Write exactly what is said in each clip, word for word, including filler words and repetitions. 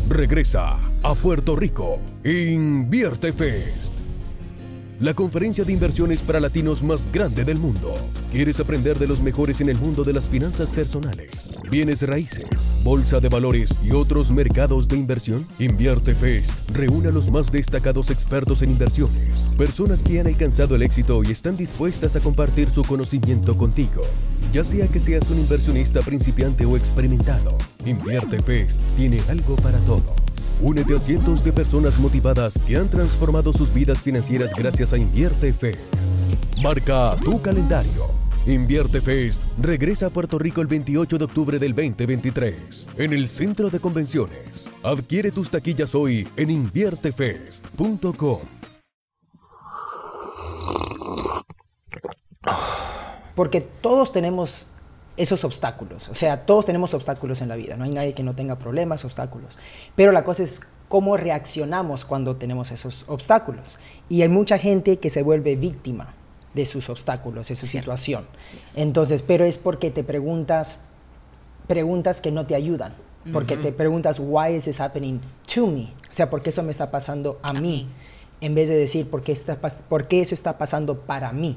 regresa a Puerto Rico. Invierte Fest, la conferencia de inversiones para latinos más grande del mundo. ¿Quieres aprender de los mejores en el mundo de las finanzas personales, bienes raíces, bolsa de valores y otros mercados de inversión? Invierte Fest reúne a los más destacados expertos en inversiones, personas que han alcanzado el éxito y están dispuestas a compartir su conocimiento contigo. Ya sea que seas un inversionista principiante o experimentado, Invierte Fest tiene algo para todos. Únete a cientos de personas motivadas que han transformado sus vidas financieras gracias a Invierte Fest. Marca tu calendario. Invierte Fest regresa a Puerto Rico el veintiocho de octubre del veinte veintitrés en el Centro de Convenciones. Adquiere tus taquillas hoy en invierte fest punto com. Porque todos tenemos esos obstáculos, o sea, todos tenemos obstáculos en la vida, no hay nadie que no tenga problemas, obstáculos, pero la cosa es cómo reaccionamos cuando tenemos esos obstáculos, y hay mucha gente que se vuelve víctima de sus obstáculos, de su Cierto. situación, yes. entonces, pero es porque te preguntas, preguntas que no te ayudan, porque uh-huh. te preguntas, why is this happening to me, o sea, ¿por qué eso me está pasando a, a mí? mí, en vez de decir, ¿por qué, está, ¿por qué eso está pasando para mí?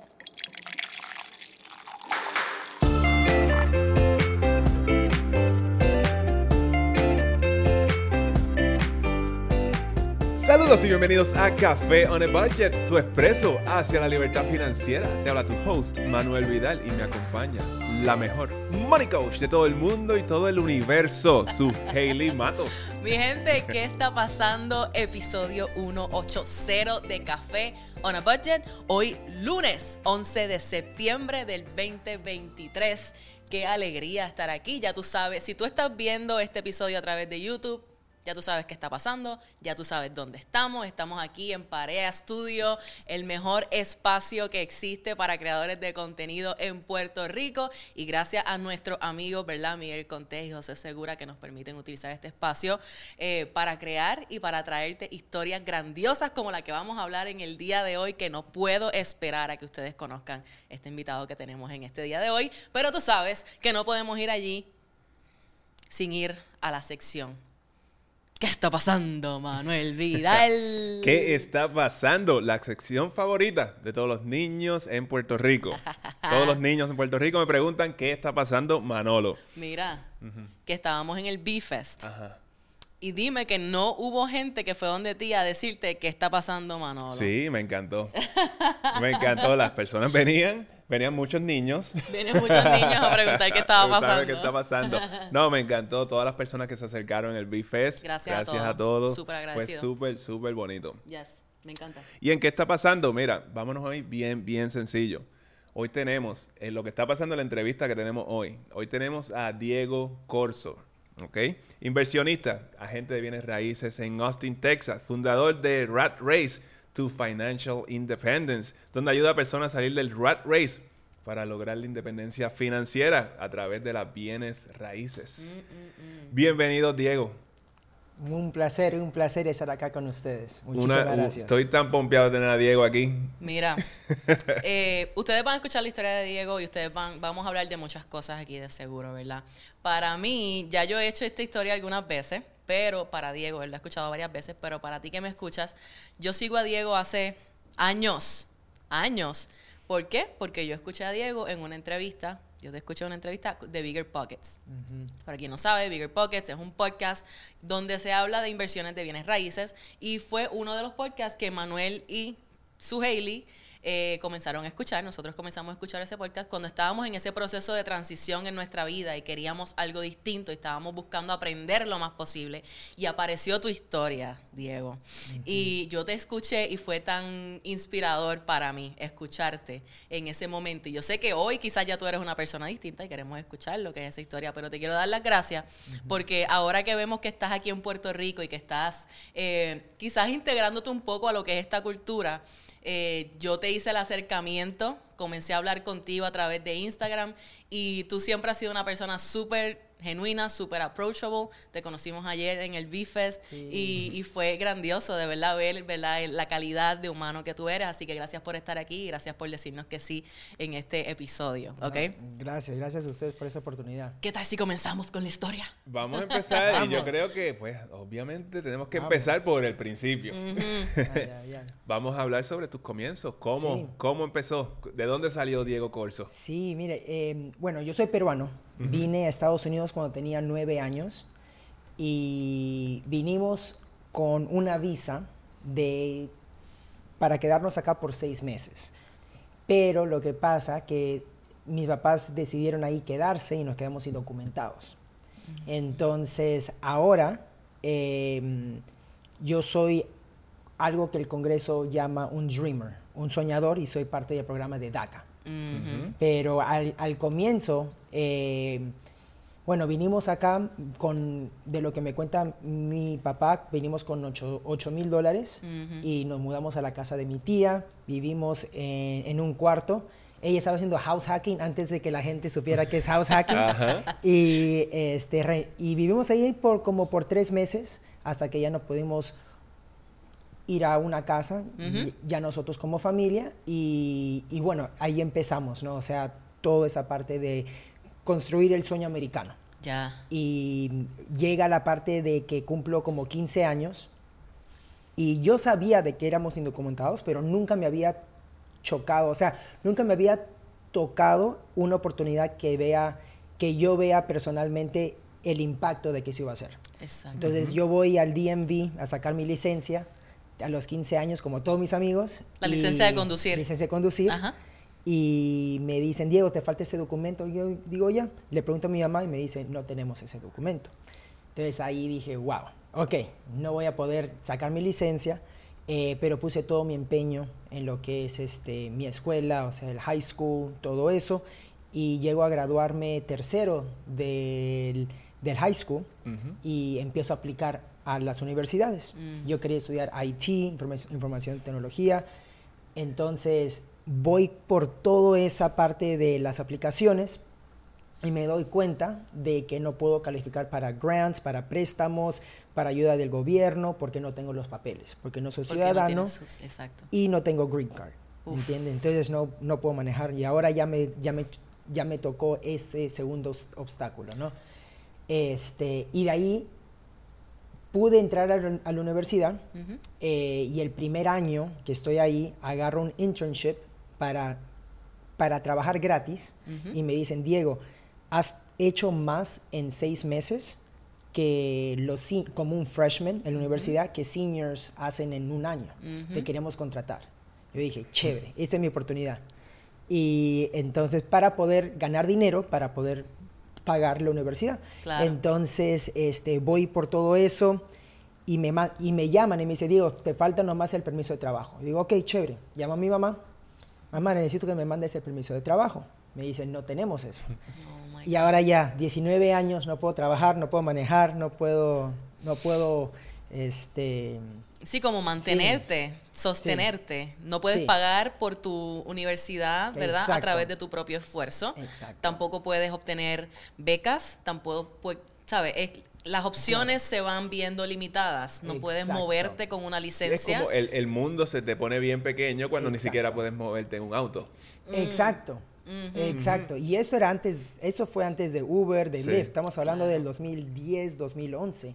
Saludos y bienvenidos a Café on a Budget, tu expreso hacia la libertad financiera. Te habla tu host, Manuel Vidal, y me acompaña la mejor money coach de todo el mundo y todo el universo, su Hailey Matos. Mi gente, ¿qué está pasando? Episodio ciento ochenta de Café on a Budget. Hoy lunes once de septiembre del veinte veintitrés. Qué alegría estar aquí. Ya tú sabes, si tú estás viendo este episodio a través de YouTube, ya tú sabes qué está pasando, ya tú sabes dónde estamos. Estamos aquí en Parea Studio, el mejor espacio que existe para creadores de contenido en Puerto Rico. Y gracias a nuestros amigos, ¿verdad? Miguel Contés y José Segura, que nos permiten utilizar este espacio eh, para crear y para traerte historias grandiosas como la que vamos a hablar en el día de hoy, que no puedo esperar a que ustedes conozcan este invitado que tenemos en este día de hoy. Pero tú sabes que no podemos ir allí sin ir a la sección. ¿Qué está pasando, Manuel Vidal? ¿Qué está pasando? La sección favorita de todos los niños en Puerto Rico. Todos los niños en Puerto Rico me preguntan ¿qué está pasando, Manolo? Mira, uh-huh. que estábamos en el B-Fest. Ajá. Y dime que no hubo gente que fue donde ti a decirte ¿qué está pasando, Manolo? Sí, me encantó. Me encantó. Las personas venían... Venían muchos niños. Venían muchos niños a preguntar qué estaba pasando. ¿Qué está pasando? No, me encantó. Todas las personas que se acercaron en el B-Fest. Gracias, Gracias a todos. a todos. Súper agradecido. Fue súper, súper bonito. Yes, me encanta. ¿Y en qué está pasando? Mira, vámonos hoy bien, bien sencillo. Hoy tenemos, en lo que está pasando en la entrevista que tenemos hoy, hoy tenemos a Diego Corzo, ¿ok? Inversionista, agente de bienes raíces en Austin, Texas, fundador de Rat Race to Financial Independence, donde ayuda a personas a salir del rat race para lograr la independencia financiera a través de las bienes raíces. Mm, mm, mm. Bienvenido, Diego. Un placer, un placer estar acá con ustedes. Muchísimas Una, gracias. Estoy tan pompeado de tener a Diego aquí. Mira, eh, ustedes van a escuchar la historia de Diego y ustedes van, vamos a hablar de muchas cosas aquí de seguro, ¿verdad? Para mí, ya yo he hecho esta historia algunas veces, pero para Diego, él lo ha escuchado varias veces, pero para ti que me escuchas, yo sigo a Diego hace años, años. ¿Por qué? Porque yo escuché a Diego en una entrevista, yo te escuché en una entrevista de Bigger Pockets. Uh-huh. Para quien no sabe, Bigger Pockets es un podcast donde se habla de inversiones de bienes raíces y fue uno de los podcasts que Manuel y su Hailey eh, comenzaron a escuchar. Nosotros comenzamos a escuchar ese podcast cuando estábamos en ese proceso de transición en nuestra vida y queríamos algo distinto y estábamos buscando aprender lo más posible. Y apareció tu historia, Diego. Uh-huh. Y yo te escuché y fue tan inspirador para mí escucharte en ese momento. Y yo sé que hoy quizás ya tú eres una persona distinta y queremos escuchar lo que es esa historia, pero te quiero dar las gracias uh-huh. porque ahora que vemos que estás aquí en Puerto Rico y que estás eh, quizás integrándote un poco a lo que es esta cultura, Eh, yo te hice el acercamiento, comencé a hablar contigo a través de Instagram y tú siempre has sido una persona súper genuina, súper approachable. Te conocimos ayer en el B-Fest Sí. y, y fue grandioso de verdad ver, ¿verdad?, la calidad de humano que tú eres. Así que gracias por estar aquí y gracias por decirnos que sí en este episodio, ¿ok? No, gracias, gracias a ustedes por esa oportunidad. ¿Qué tal si comenzamos con la historia? Vamos a empezar y yo Vamos. creo que, pues, obviamente tenemos que Vamos. empezar por el principio. Ya, ya, ya. Vamos a hablar sobre tus comienzos. ¿Cómo, Sí. ¿Cómo empezó? ¿De dónde salió Diego Corso? Sí, mire, eh, bueno, yo soy peruano. Vine a Estados Unidos cuando tenía nueve años y vinimos con una visa de, para quedarnos acá por seis meses. Pero lo que pasa que mis papás decidieron ahí quedarse y nos quedamos indocumentados. Entonces, ahora eh, yo soy algo que el Congreso llama un dreamer, un soñador, y soy parte del programa de DACA. Ujú. Pero al, al comienzo, eh, bueno, vinimos acá con, de lo que me cuenta mi papá, vinimos con ocho mil dólares Ujú. y nos mudamos a la casa de mi tía, vivimos en, en un cuarto. Ella estaba haciendo house hacking antes de que la gente supiera qué es house hacking. Ajá. Y, este, re- y vivimos ahí por, como por tres meses hasta que ya no pudimos ir a una casa, Ujú. y- ya nosotros como familia, y, y bueno, ahí empezamos, ¿no? O sea, toda esa parte de construir el sueño americano. Ya. Y llega la parte de que cumplo como quince años, y yo sabía de que éramos indocumentados, pero nunca me había chocado, o sea, nunca me había tocado una oportunidad que vea, que yo vea personalmente el impacto de que se iba a hacer. Exacto. Entonces yo voy al D M V a sacar mi licencia a los quince años, como todos mis amigos. La y- licencia de conducir. Licencia de conducir. Ajá. Y me dicen, Diego, ¿te falta ese documento? Y yo digo, ya. Le pregunto a mi mamá y me dice, no tenemos ese documento. Entonces ahí dije, wow, ok, no voy a poder sacar mi licencia, eh, pero puse todo mi empeño en lo que es este, mi escuela, o sea, el high school, todo eso. Y llego a graduarme tercero del, del high school Ujú. y empiezo a aplicar a las universidades. Mm. Yo quería estudiar I T, informa- información y tecnología. Entonces voy por toda esa parte de las aplicaciones y me doy cuenta de que no puedo calificar para grants, para préstamos, para ayuda del gobierno, porque no tengo los papeles, porque no soy Porque no ciudadano tienes sus- exacto. y no tengo green card. Uf. ¿Entiendes? Entonces no, no puedo manejar y ahora ya me, ya me, ya me tocó ese segundo obs- obstáculo, ¿no? Este, y de ahí pude entrar a, la- a la universidad Ujú. eh, y el primer año que estoy ahí agarro un internship para, para trabajar gratis Ujú. y me dicen, Diego, has hecho más en seis meses que los se- como un freshman en la universidad que seniors hacen en un año. Ujú. Te queremos contratar. Yo dije, chévere, esta es mi oportunidad. Y entonces para poder ganar dinero, para poder pagar la universidad. Claro. Entonces este, voy por todo eso y me, ma- y me llaman y me dicen, Diego, te falta nomás el permiso de trabajo. Y digo, ok, chévere. Llamo a mi mamá. Mamá, necesito que me mandes el permiso de trabajo. Me dicen, no tenemos eso. Oh my Y ahora ya, diecinueve años, no puedo trabajar, no puedo manejar, no puedo, no puedo, este... Sí, como mantenerte, sostenerte. No puedes Sí. pagar por tu universidad, ¿verdad? A Exacto. través de tu propio esfuerzo. Exacto. Tampoco puedes obtener becas, tampoco, pues, ¿sabes? Es- las opciones se van viendo limitadas. No puedes Exacto. moverte con una Sí, es licencia. como el, el mundo se te pone bien pequeño cuando ni Exacto. siquiera puedes moverte en un auto. Exacto. Exacto. Y eso era antes, eso fue antes de Uber, de Sí. Lyft. Estamos hablando Claro. del dos mil diez, dos mil once.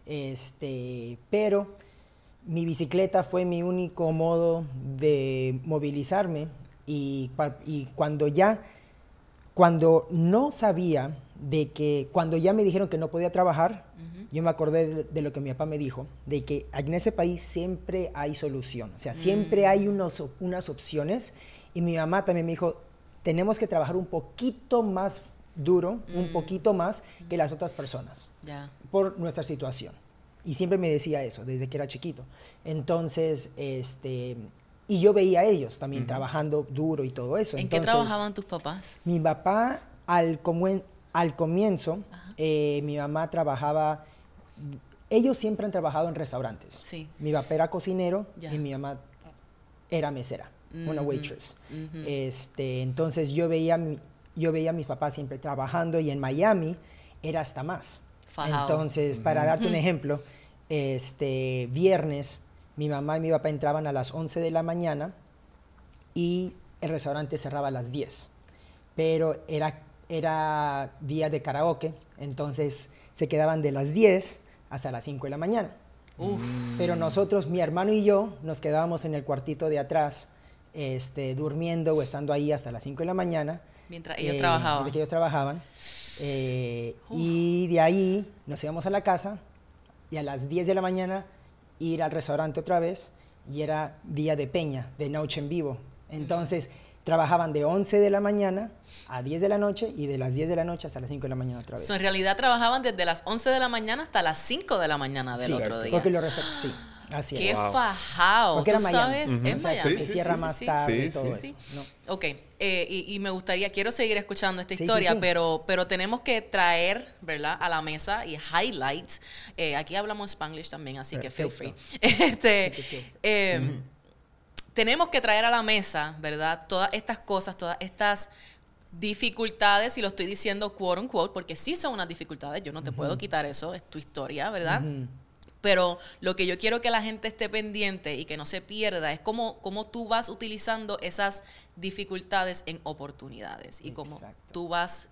Este, pero mi bicicleta fue mi único modo de movilizarme y, cua- y cuando ya, cuando no sabía de que, cuando ya me dijeron que no podía trabajar, yo me acordé de, de lo que mi papá me dijo, de que en ese país siempre hay solución, o sea, siempre hay unos, unas opciones. Y mi mamá también me dijo, tenemos que trabajar un poquito más duro, un poquito más que las otras personas Ya. por nuestra situación. Y siempre me decía eso desde que era chiquito. Entonces, este, y yo veía a ellos también trabajando duro y todo eso. ¿En Entonces, qué trabajaban tus papás? mi papá, al, comuen- al comienzo, eh, mi mamá trabajaba, ellos siempre han trabajado en restaurantes. Sí. Mi papá era cocinero Ya. y mi mamá era mesera, una Ujú, waitress. ujú. Este, entonces yo veía, mi- yo veía a mis papás siempre trabajando y en Miami era hasta más. Fajao. Entonces, para darte un ejemplo, este viernes mi mamá y mi papá entraban a las once de la mañana y el restaurante cerraba a las diez. Pero era, era día de karaoke, entonces se quedaban de las diez hasta las cinco de la mañana. Uf. Pero nosotros, mi hermano y yo, nos quedábamos en el cuartito de atrás, este, durmiendo o estando ahí hasta las cinco de la mañana. Mientras ellos eh, trabajaban. Mientras que ellos trabajaban. Eh, y de ahí nos íbamos a la casa y a las diez de la mañana ir al restaurante otra vez, y era día de peña, de noche en vivo. Entonces, trabajaban de once de la mañana a diez de la noche y de las diez de la noche hasta las cinco de la mañana otra vez. So, en realidad trabajaban desde las once de la mañana hasta las cinco de la mañana del Sí, otro día. porque los restaurantes, sí, así ¡Qué es. Wow. fajao! Porque ¿Tú era Miami. sabes? Ujú. Es O sea, Miami. se cierra Sí, más sí, tarde sí, y todo sí, eso. ¿no? Ok, eh, y, y me gustaría, quiero seguir escuchando esta Sí, historia, sí, sí. Pero, pero tenemos que traer, ¿verdad?, a la mesa y highlights. Eh, aquí hablamos Spanglish también, así que feel free. Perfecto. Este, Sí, sí, sí. eh, Tenemos que traer a la mesa, ¿verdad?, todas estas cosas, todas estas dificultades, y lo estoy diciendo quote unquote, porque sí son unas dificultades, yo no te puedo quitar eso, es tu historia, ¿verdad? Ujú. Pero lo que yo quiero que la gente esté pendiente y que no se pierda es cómo, cómo tú vas utilizando esas dificultades en oportunidades y cómo Exacto. tú vas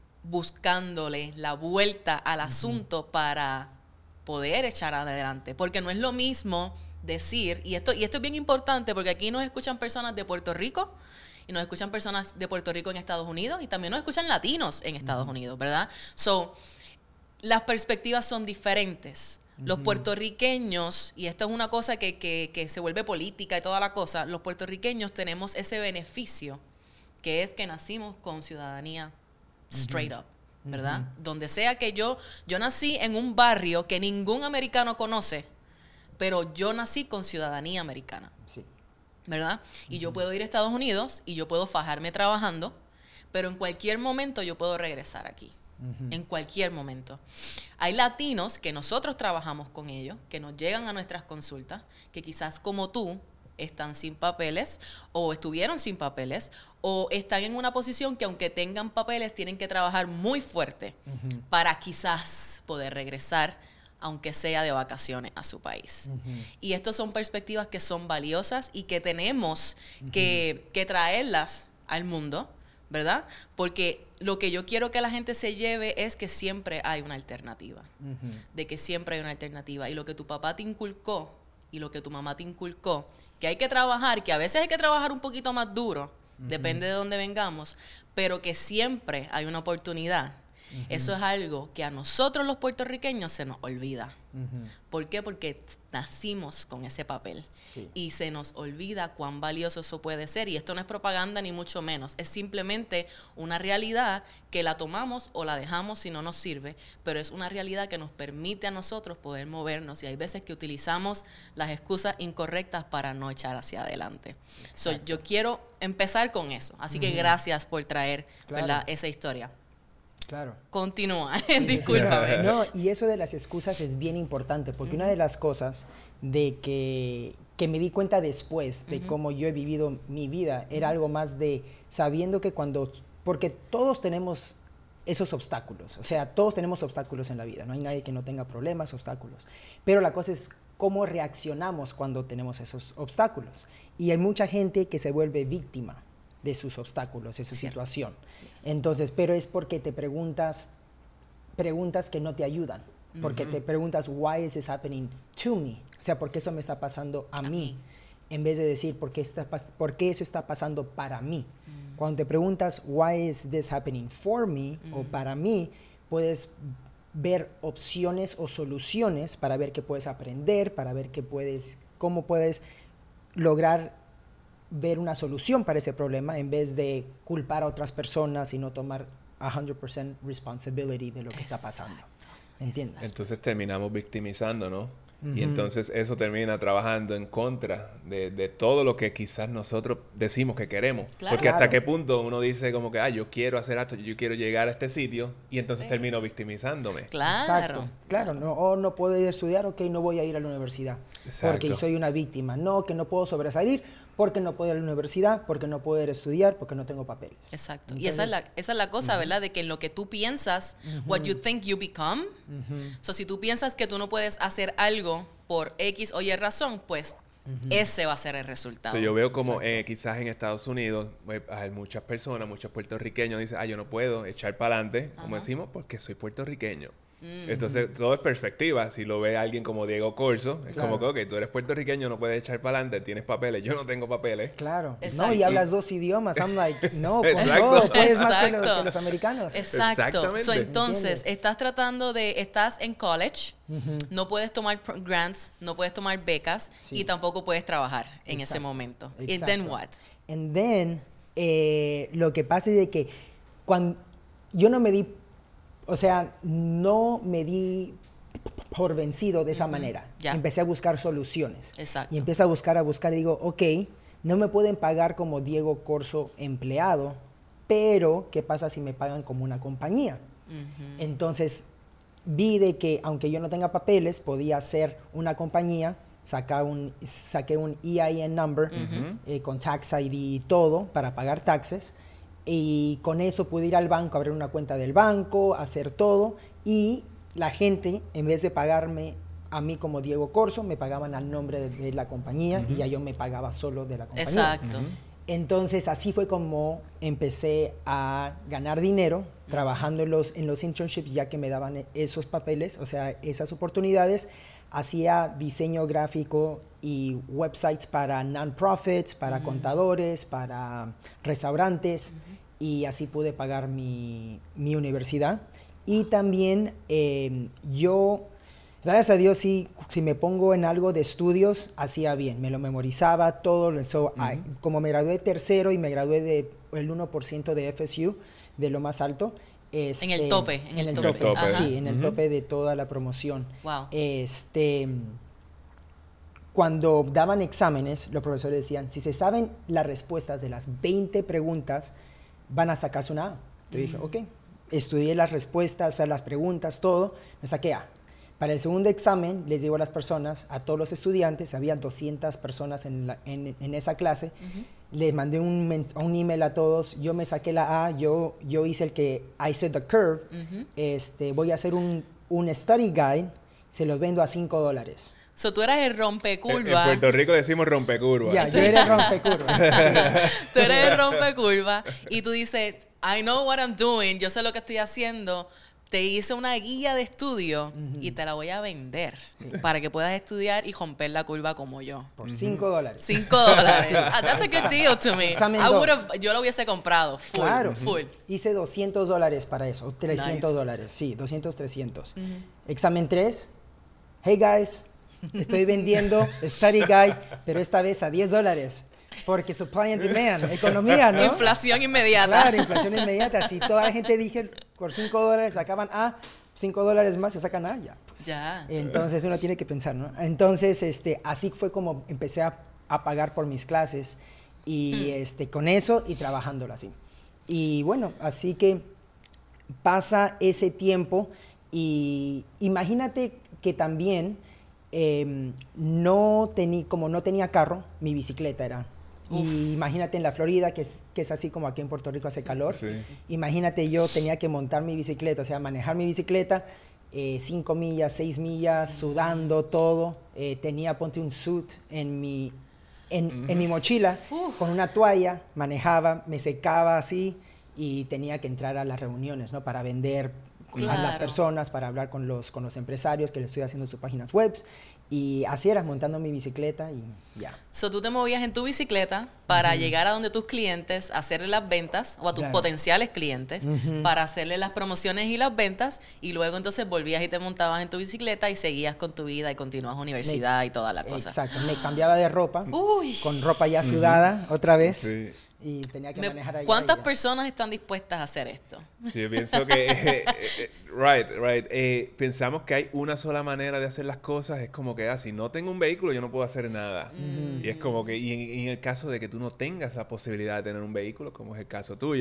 buscándole la vuelta al asunto para poder echar adelante. Porque no es lo mismo decir, y esto, y esto es bien importante porque aquí nos escuchan personas de Puerto Rico y nos escuchan personas de Puerto Rico en Estados Unidos y también nos escuchan latinos en Estados Unidos, ¿verdad? So, las perspectivas son diferentes. Los puertorriqueños, y esto es una cosa que, que, que se vuelve política y toda la cosa, los puertorriqueños tenemos ese beneficio, que es que nacimos con ciudadanía straight up, ¿verdad? Uh-huh. Donde sea que yo, yo nací en un barrio que ningún americano conoce, pero yo nací con ciudadanía americana, Sí. ¿verdad? Y uh-huh. yo puedo ir a Estados Unidos y yo puedo fajarme trabajando, pero en cualquier momento yo puedo regresar aquí. Uh-huh. En cualquier momento. Hay latinos que nosotros trabajamos con ellos, que nos llegan a nuestras consultas, que quizás como tú están sin papeles o estuvieron sin papeles o están en una posición que aunque tengan papeles tienen que trabajar muy fuerte uh-huh. para quizás poder regresar, aunque sea de vacaciones, a su país. Uh-huh. Y estas son perspectivas que son valiosas y que tenemos uh-huh. que, que traerlas al mundo, ¿verdad? Porque lo que yo quiero que la gente se lleve es que siempre hay una alternativa. Uh-huh. De que siempre hay una alternativa. Y lo que tu papá te inculcó y lo que tu mamá te inculcó, que hay que trabajar, que a veces hay que trabajar un poquito más duro, uh-huh. depende de dónde vengamos, pero que siempre hay una oportunidad. Uh-huh. Eso es algo que a nosotros los puertorriqueños se nos olvida. Uh-huh. ¿Por qué? Porque nacimos con ese papel. Sí. Y se nos olvida cuán valioso eso puede ser. Y esto no es propaganda ni mucho menos. Es simplemente una realidad que la tomamos o la dejamos si no nos sirve, pero es una realidad que nos permite a nosotros poder movernos. Y hay veces que utilizamos las excusas incorrectas para no echar hacia adelante. So, yo quiero empezar con eso. Así uh-huh. que gracias por traer, claro. ¿verdad?, esa historia. Claro. Continúa, sí, discúlpame. No, y eso de las excusas es bien importante, porque uh-huh. una de las cosas de que, que me di cuenta después de uh-huh. cómo yo he vivido mi vida, era uh-huh. algo más de sabiendo que cuando, porque todos tenemos esos obstáculos, o sea, todos tenemos obstáculos en la vida, no hay nadie que no tenga problemas, obstáculos, pero la cosa es cómo reaccionamos cuando tenemos esos obstáculos. Y hay mucha gente que se vuelve víctima de sus obstáculos, de su Cierto. situación. Yes. Entonces, pero es porque te preguntas, preguntas que no te ayudan. Uh-huh. Porque te preguntas, why is this happening to me? O sea, ¿por qué eso me está pasando a, a mí? mí? En vez de decir, ¿por qué, está, ¿por qué eso está pasando para mí? Uh-huh. Cuando te preguntas, why is this happening for me? Uh-huh. O para mí, puedes ver opciones o soluciones para ver qué puedes aprender, para ver qué puedes, cómo puedes lograr ver una solución para ese problema en vez de culpar a otras personas y no tomar cien por ciento responsibility de lo que Exacto. está pasando. ¿Entiendes? Entonces terminamos victimizando, ¿no? Uh-huh. Y entonces eso termina trabajando en contra de, de todo lo que quizás nosotros decimos que queremos. Claro. Porque hasta claro. qué punto uno dice como que, ah, yo quiero hacer esto, yo quiero llegar a este sitio, y entonces sí. termino victimizándome. Claro. Exacto. Claro, no, o no puedo ir a estudiar, ok, no voy a ir a la universidad. porque soy una víctima. No, que no puedo sobresalir porque no puedo ir a la universidad, porque no puedo ir a estudiar, porque no tengo papeles. Exacto. Entonces, y esa es la, esa es la cosa, uh-huh. ¿verdad? De que en lo que tú piensas, uh-huh. what you think you become. Uh-huh. So, si tú piensas que tú no puedes hacer algo por X o Y razón, pues uh-huh. ese va a ser el resultado. So, yo veo como eh, quizás en Estados Unidos eh, hay muchas personas, muchos puertorriqueños dicen, ah, yo no puedo echar para adelante, uh-huh. como decimos, porque soy puertorriqueño. Mm. Entonces, todo es perspectiva. Si lo ve alguien como Diego Corso, es claro. como que, ok, tú eres puertorriqueño, no puedes echar para adelante, tienes papeles, yo no tengo papeles. Claro. Exacto. No, y hablas dos idiomas. I'm like, no, con todo, puedes más que los, que los americanos. Exacto. Exactamente. So, entonces, estás tratando de, estás en college, uh-huh. no puedes tomar grants, no puedes tomar becas, sí. y tampoco puedes trabajar en Exacto. ese momento. Exacto. And then what? And then, eh, lo que pasa es de que cuando yo no me di O sea, no me di por vencido de esa uh-huh. manera. Ya. Empecé a buscar soluciones. Exacto. Y empecé a buscar, a buscar y digo, ok, no me pueden pagar como Diego Corso empleado, pero ¿qué pasa si me pagan como una compañía? Uh-huh. Entonces, vi de que aunque yo no tenga papeles, podía ser una compañía, saca un, saqué un E I N number uh-huh. eh, con Tax I D y todo para pagar taxes. Y con eso pude ir al banco, abrir una cuenta del banco, hacer todo. Y la gente, en vez de pagarme a mí como Diego Corso, me pagaban al nombre de, de la compañía uh-huh. y ya yo me pagaba solo de la compañía. Exacto. Uh-huh. Entonces, así fue como empecé a ganar dinero uh-huh. trabajando en los, en los internships, ya que me daban esos papeles, o sea, esas oportunidades. Hacía diseño gráfico y websites para non-profits, para uh-huh. contadores, para restaurantes. Uh-huh. Y así pude pagar mi, mi universidad. Y también eh, yo, gracias a Dios, sí, si me pongo en algo de estudios, hacía bien. Me lo memorizaba todo. So, uh-huh. I, como me gradué tercero y me gradué del uno por ciento de F S U, de lo más alto. Este, en el tope. En, en el, tope. tope. tope. Sí, en el uh-huh. tope de toda la promoción. Wow. Este... Cuando daban exámenes, los profesores decían, si se saben las respuestas de las veinte preguntas, van a sacarse una A. Yo uh-huh. dije, ok. Estudié las respuestas, o sea, las preguntas, todo. Me saqué A. Para el segundo examen, les digo a las personas, a todos los estudiantes, había doscientas personas en, la, en, en esa clase, uh-huh. les mandé un, un email a todos, yo me saqué la A, yo, yo hice el que, I said the curve, uh-huh. este, voy a hacer un, un study guide, se los vendo a cinco dólares. So, tú eras el rompecurva. En, en Puerto Rico decimos rompecurva. Ya, yeah, yo era el rompecurva. Sí. Tú eres el rompecurva y tú dices, I know what I'm doing, yo sé lo que estoy haciendo. Te hice una guía de estudio uh-huh. y te la voy a vender sí. para que puedas estudiar y romper la curva como yo. Por cinco dólares. Cinco dólares. Ah, that's a good deal to me. Examen I would've, yo lo hubiese comprado. Full. Claro. Full. Hice doscientos dólares para eso. trescientos dólares. Sí, doscientos, trescientos. Uh-huh. Examen tres. Hey, guys. Estoy vendiendo Study Guide, pero esta vez a diez dólares. Porque supply and demand, economía, ¿no? Inflación inmediata. Claro, inflación inmediata. Si toda la gente dije por cinco dólares sacaban A, cinco dólares más se sacan A, ya. Pues. Ya. Entonces uno tiene que pensar, ¿no? Entonces, este, así fue como empecé a, a pagar por mis clases y hmm. este, con eso y trabajándolo así. Y bueno, así que pasa ese tiempo y imagínate que también eh, no tenía, como no tenía carro, mi bicicleta era. Uf. Y imagínate en la Florida, que es, que es así como aquí en Puerto Rico hace calor. Sí. Imagínate yo tenía que montar mi bicicleta, o sea, manejar mi bicicleta, eh, cinco millas, seis millas, sudando todo. Eh, tenía, ponte un suit en mi, en, mm. en mi mochila, Uf. con una toalla, manejaba, me secaba así y tenía que entrar a las reuniones, ¿no? Para vender claro. a las personas, para hablar con los, con los empresarios que les estoy haciendo sus páginas web. Y así era, montando mi bicicleta y ya. So, tú te movías en tu bicicleta para uh-huh. llegar a donde tus clientes, hacerle las ventas, o a tus claro. potenciales clientes, uh-huh. para hacerle las promociones y las ventas, y luego entonces volvías y te montabas en tu bicicleta y seguías con tu vida y continuabas universidad me, y toda la cosa. Exacto, me cambiaba de ropa, Uy. con ropa ya sudada, uh-huh. otra vez. Sí. Y tenía que Me, manejar allá. ¿Cuántas allá. personas están dispuestas a hacer esto? Sí, yo pienso que... eh, eh, right, right. Eh, pensamos que hay una sola manera de hacer las cosas. Es como que, ah, si no tengo un vehículo, yo no puedo hacer nada. Mm. Y es como que... Y en, y en el caso de que tú no tengas la posibilidad de tener un vehículo, como es el caso tuyo,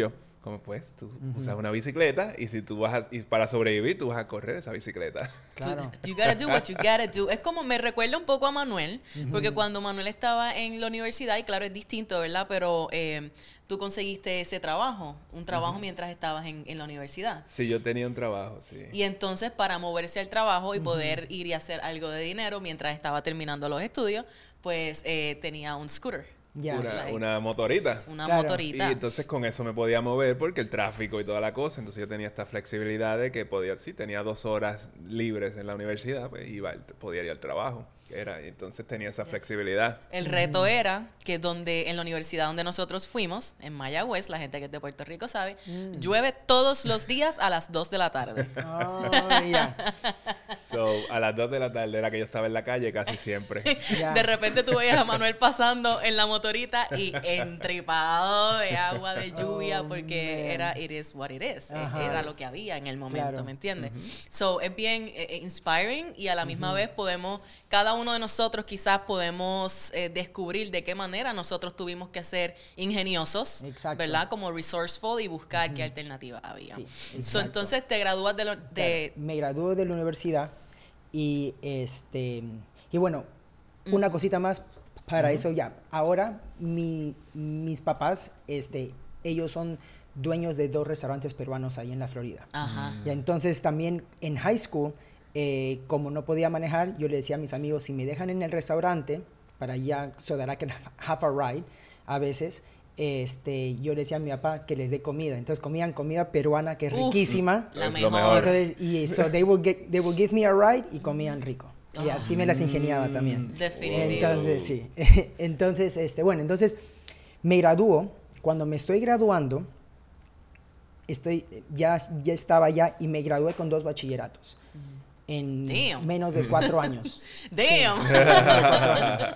como pues, tú uh-huh. usas una bicicleta y si tú vas a, y para sobrevivir, tú vas a correr esa bicicleta. Claro. You gotta do what you gotta do. Es como, me recuerda un poco a Manuel, uh-huh. porque cuando Manuel estaba en la universidad, y claro, es distinto, ¿verdad? Pero eh, tú conseguiste ese trabajo, un trabajo uh-huh. mientras estabas en, en la universidad. Sí, yo tenía un trabajo, sí. Y entonces, para moverse al trabajo y uh-huh. poder ir y hacer algo de dinero mientras estaba terminando los estudios, pues eh, tenía un scooter. Yeah. Una, like, una motorita. Una claro. motorita. Y entonces con eso me podía mover porque el tráfico y toda la cosa. Entonces yo tenía esta flexibilidad de que podía, sí, tenía dos horas libres en la universidad, pues iba, podía ir al trabajo. Era, y entonces tenía esa flexibilidad. El reto mm. era que donde en la universidad donde nosotros fuimos, en Mayagüez, la gente que es de Puerto Rico sabe, mm. llueve todos los días a las dos de la tarde. Oh, yeah. So, a las dos de la tarde era que yo estaba en la calle casi siempre. Yeah. De repente tú veías a Manuel pasando en la motorita y entripado de agua, de lluvia, oh, porque man. era it is what it is. Ajá. Era lo que había en el momento, claro. ¿me entiendes? Uh-huh. So, es bien eh, inspiring y a la misma uh-huh. vez podemos, cada uno de nosotros quizás podemos eh, descubrir de qué manera nosotros tuvimos que ser ingeniosos, exacto. ¿verdad? Como resourceful y buscar uh-huh. qué alternativa había. Sí, so, entonces te gradúas de, lo, de... Claro, me gradué de la universidad y este y bueno, uh-huh. una cosita más para uh-huh. eso ya. Ahora mi, mis papás, este, ellos son dueños de dos restaurantes peruanos ahí en la Florida. Uh-huh. Y entonces también en high school, Eh, como no podía manejar, yo le decía a mis amigos, si me dejan en el restaurante, para ya, so that I can have a ride, a veces, este, yo le decía a mi papá que les dé comida. Entonces comían comida peruana que es Uf, riquísima. La mejor. Entonces, y so they would, get, they would give me a ride y comían rico. Y así me las ingeniaba también. Definitivo. Entonces, sí. Entonces, este, bueno, entonces me graduó. Cuando me estoy graduando, estoy, ya, ya estaba ya y me gradué con dos bachilleratos. En Damn. menos de cuatro años. Damn. Sí.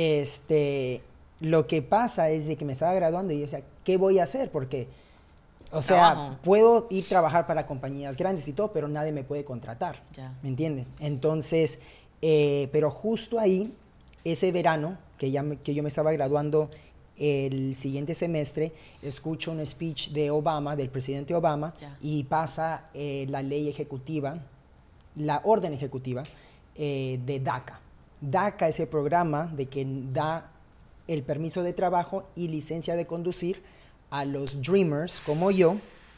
Este, lo que pasa es de que me estaba graduando y yo decía, ¿qué voy a hacer? Porque, o sea, Trabajo. puedo ir a trabajar para compañías grandes y todo, pero nadie me puede contratar. Ya. ¿Me entiendes? Entonces, eh, pero justo ahí, ese verano, que, ya me, que yo me estaba graduando el siguiente semestre, escucho un speech de Obama, del presidente Obama, ya. y pasa eh, la ley ejecutiva, la orden ejecutiva eh, de DACA. DACA es el programa de que da el permiso de trabajo y licencia de conducir a los Dreamers como yo,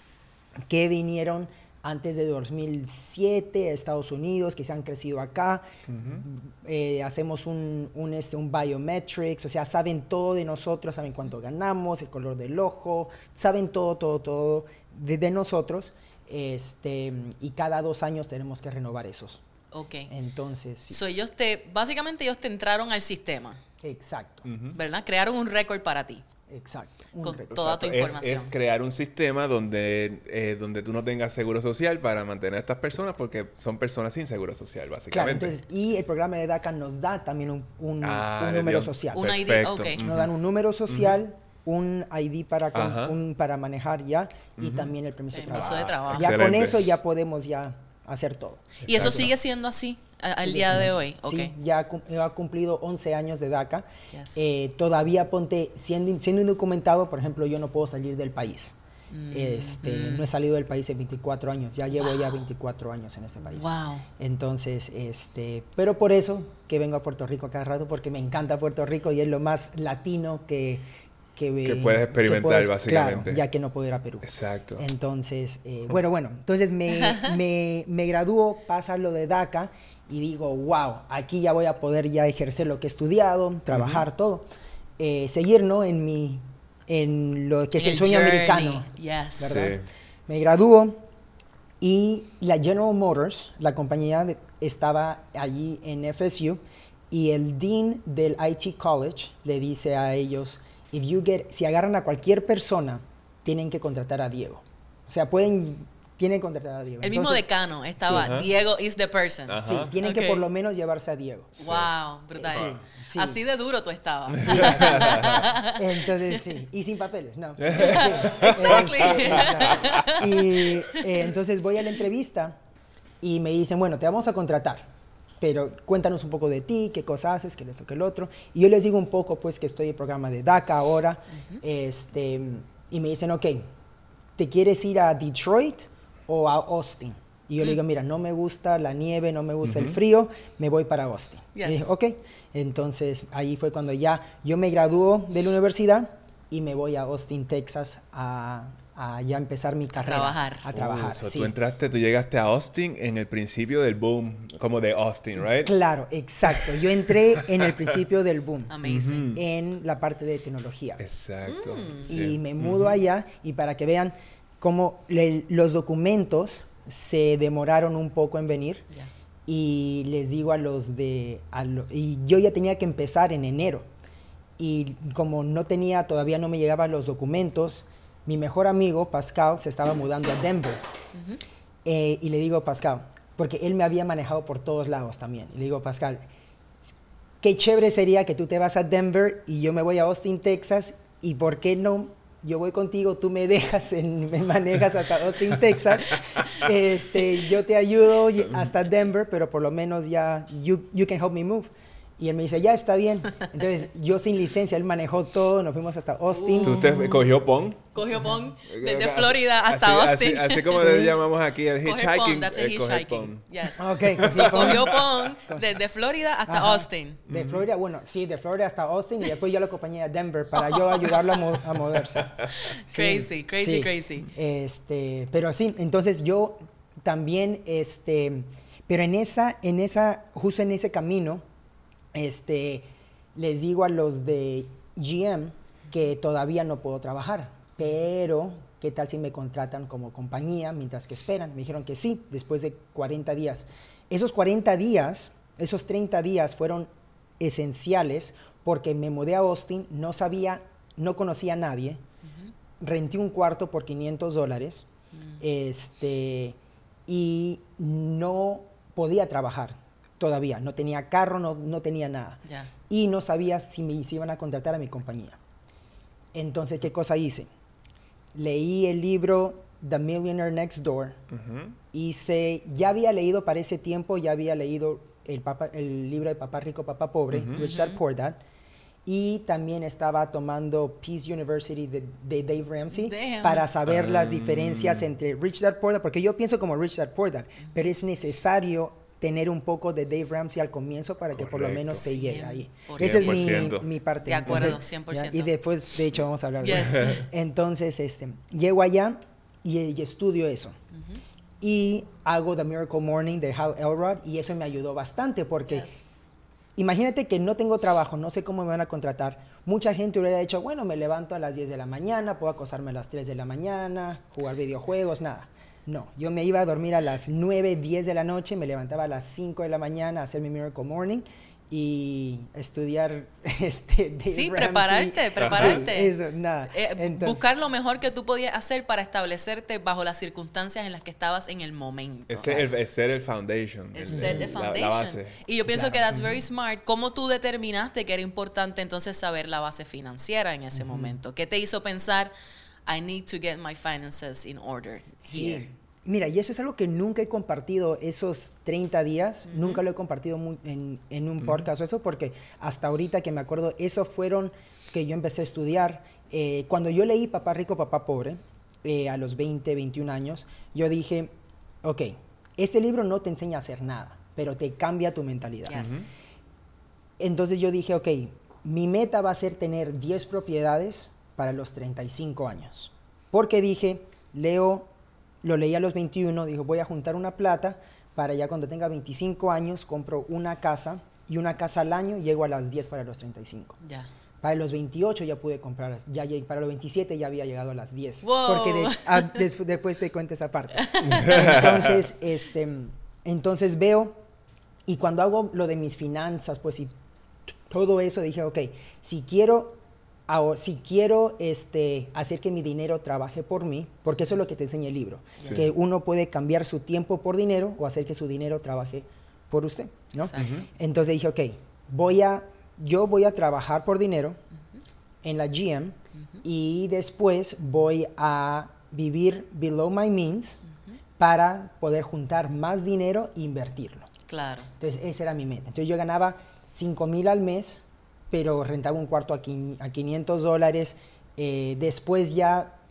que vinieron antes de dos mil siete a Estados Unidos, que se han crecido acá. Uh-huh. Eh, hacemos un, un, este, un biometrics, o sea, saben todo de nosotros, saben cuánto ganamos, el color del ojo, saben todo, todo, todo de, de nosotros. Este, y cada dos años tenemos que renovar esos. Ok. Entonces, sí. So, ellos te, básicamente ellos te entraron al sistema. Exacto. Uh-huh. ¿Verdad? Crearon un récord para ti. Exacto. Con récord. toda tu información. Es, es crear un sistema donde, eh, donde tú no tengas seguro social para mantener a estas personas porque son personas sin seguro social, básicamente. Claro, entonces, y el programa de DACA nos da también un, un, ah, un número Dios. social. Un I D, ok. Nos dan un número social, uh-huh. un I D para, con, un, para manejar ya y uh-huh. también el permiso, permiso de trabajo. De trabajo. Ya Excelente. con eso ya podemos ya hacer todo. ¿Y eso sigue siendo así a, al sigue día de así. hoy? Sí, okay. ya ha cumplido once años de DACA. Yes. Eh, todavía ponte, siendo, siendo indocumentado, por ejemplo, yo no puedo salir del país. Mm, este, mm. No he salido del país en veinticuatro años. Ya llevo wow. ya veinticuatro años en este país. Wow. Entonces, este, pero por eso que vengo a Puerto Rico cada rato, porque me encanta Puerto Rico y es lo más latino que... Que, que puedes experimentar, que puedes, básicamente. Claro, ya que no puedo ir a Perú. Exacto. Entonces, eh, bueno, bueno, entonces me, me, me gradúo, pasa lo de DACA y digo, wow, aquí ya voy a poder ya ejercer lo que he estudiado, trabajar, uh-huh. todo. Eh, seguir, ¿no? En mi, en lo que es el, el sueño journey. Americano. Yes. ¿Verdad? Sí. Me gradúo y la General Motors, la compañía, de, estaba allí en F S U y el dean del I T College le dice a ellos... If you get, si agarran a cualquier persona, tienen que contratar a Diego. O sea, pueden, tienen que contratar a Diego. El Entonces, mismo decano estaba, sí. Diego is the person. Ajá. Sí, tienen okay. que por lo menos llevarse a Diego. Wow, brutal. Sí, sí. Así de duro tú estabas. Sí, sí. Entonces, sí. Y sin papeles, no. Sí. Exactly. Y eh, entonces voy a la entrevista y me dicen, bueno, te vamos a contratar. Pero cuéntanos un poco de ti, qué cosas haces, qué esto, qué el otro. Y yo les digo un poco, pues, que estoy en el programa de DACA ahora. Uh-huh. este, y me dicen, ok, ¿te quieres ir a Detroit o a Austin? Y yo mm. le digo, mira, no me gusta la nieve, no me gusta uh-huh. el frío, me voy para Austin. Yes. Y dije, ok. Entonces, ahí fue cuando ya yo me graduó de la universidad y me voy a Austin, Texas, a, a ya empezar mi carrera. A trabajar. A trabajar, uh, so sí. Tú entraste, tú llegaste a Austin en el principio del boom, como de Austin, ¿right? Claro, exacto. Yo entré en el principio del boom. Amazing. Uh-huh. En la parte de tecnología. Exacto. Mm. Sí. Y me mudo uh-huh. allá, y para que vean cómo le, los documentos se demoraron un poco en venir. Yeah. Y les digo a los de... A lo, y yo ya tenía que empezar en enero. Y como no tenía, todavía no me llegaban los documentos, mi mejor amigo, Pascal, se estaba mudando a Denver. Uh-huh. eh, y le digo, Pascal, porque él me había manejado por todos lados también. Y le digo, Pascal, qué chévere sería que tú te vas a Denver y yo me voy a Austin, Texas, y ¿por qué no? Yo voy contigo, tú me dejas, en, me manejas hasta Austin, Texas. Este, yo te ayudo hasta Denver, pero por lo menos ya, you, you can help me move. Y él me dice, ya está bien. Entonces, yo sin licencia, él manejó todo, nos fuimos hasta Austin. ¿Tú te cogió Pong? Cogió Pong desde Florida hasta así, Austin. Así, así como le llamamos aquí el hitchhiking. That's a hitchhiking. Yes. Okay. So, cogió Pong desde Florida hasta Ajá. Austin. De Florida, bueno, sí, de Florida hasta Austin, y después yo lo acompañé a Denver para yo ayudarlo a, mo a moverse. Sí, crazy, crazy, sí. crazy. Este, pero sí, entonces yo también, este, pero en esa, en esa, justo en ese camino, este, les digo a los de G M que todavía no puedo trabajar, pero ¿qué tal si me contratan como compañía mientras que esperan? Me dijeron que sí, después de cuarenta días. Esos cuarenta días, esos treinta días fueron esenciales porque me mudé a Austin, no sabía, no conocía a nadie, uh-huh. renté un cuarto por quinientos dólares, uh-huh. este, y no podía trabajar. Todavía, no tenía carro, no, no tenía nada. Yeah. Y no sabía si me si iban a contratar a mi compañía. Entonces, ¿qué cosa hice? Leí el libro The Millionaire Next Door. Uh-huh. Hice, ya había leído para ese tiempo, ya había leído el, papa, el libro de Papá Rico, Papá Pobre, uh-huh. Rich Dad Poor Dad. Y también estaba tomando Peace University de, de Dave Ramsey Damn. Para saber um. las diferencias entre Rich Dad Poor Dad, porque yo pienso como Rich Dad Poor Dad, uh-huh. pero es necesario tener un poco de Dave Ramsey al comienzo para Correcto. Que por lo menos te llegue ahí. Esa es mi, mi parte. De acuerdo, Entonces, cien por ciento. Ya, y después, de hecho, vamos a hablar yes. de eso. Entonces, este, llego allá y, y estudio eso. Uh-huh. Y hago The Miracle Morning de Hal Elrod, y eso me ayudó bastante porque yes. imagínate que no tengo trabajo, no sé cómo me van a contratar. Mucha gente hubiera dicho, bueno, me levanto a las diez de la mañana, puedo acostarme a las tres de la mañana, jugar videojuegos, nada. No, yo me iba a dormir a las nueve, diez de la noche, me levantaba a las cinco de la mañana a hacer mi Miracle Morning y estudiar este Dave Sí, Ramsey. prepararte, prepararte. Sí, eso, nada. Eh, Entonces, buscar lo mejor que tú podías hacer para establecerte bajo las circunstancias en las que estabas en el momento. Es ser el, ser el foundation. Es el, ser el foundation. La, la base. Y yo pienso claro. que that's very smart. ¿Cómo tú determinaste que era importante entonces saber la base financiera en ese uh-huh. momento? ¿Qué te hizo pensar, I need to get my finances in order sí. here? Mira, y eso es algo que nunca he compartido esos treinta días, uh-huh. nunca lo he compartido muy, en, en un uh-huh. podcast o eso, porque hasta ahorita que me acuerdo, eso fueron que yo empecé a estudiar. Eh, cuando yo leí Papá Rico, Papá Pobre, eh, a los veinte, veintiún años, yo dije, ok, este libro no te enseña a hacer nada, pero te cambia tu mentalidad. Yes. Uh-huh. Entonces yo dije, ok, mi meta va a ser tener diez propiedades para los treinta y cinco años. Porque dije, leo... Lo leí a los veintiuno, dijo, voy a juntar una plata para ya cuando tenga veinticinco años, compro una casa, y una casa al año, llego a las diez para los treinta y cinco. Ya. Para los veintiocho ya pude comprar, ya llegué, para los veintisiete ya había llegado a las diez. Wow. Porque de, a, des, después te cuento esa parte. Entonces, este, entonces veo, y cuando hago lo de mis finanzas, pues y todo eso, dije, ok, si quiero... Ahora, si quiero este, hacer que mi dinero trabaje por mí, porque eso es lo que te enseña el libro, sí. que uno puede cambiar su tiempo por dinero o hacer que su dinero trabaje por usted, ¿no? Uh-huh. Entonces dije, ok, voy a, yo voy a trabajar por dinero uh-huh. en la G M uh-huh. y después voy a vivir below my means uh-huh. para poder juntar más dinero e invertirlo. Claro. Entonces esa era mi meta. Entonces yo ganaba cinco mil al mes, pero rentaba un cuarto a, quin a quinientos dólares. Eh, después ya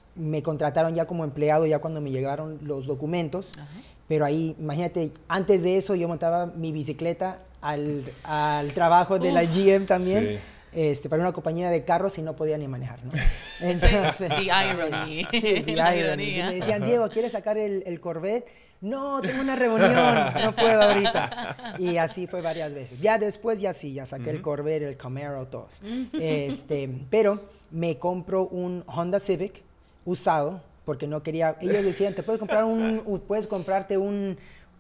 me contrataron ya como empleado ya cuando me llegaron los documentos. Ajá. Pero ahí, imagínate, antes de eso yo montaba mi bicicleta al, al trabajo de Uf, la G M también. Sí. Este, para una compañía de carros y no podía ni manejar, ¿no? Entonces, the irony. Sí, the la irony. Y me decían, Diego, ¿quieres sacar el, el Corvette? No, tengo una reunión, no puedo ahorita. Y así fue varias veces. Ya después, ya sí, ya saqué uh-huh. el Corvette, el Camaro, todos. este, pero me compro un Honda Civic usado, porque no quería... Ellos decían, te puedes comprar un... Puedes comprarte un...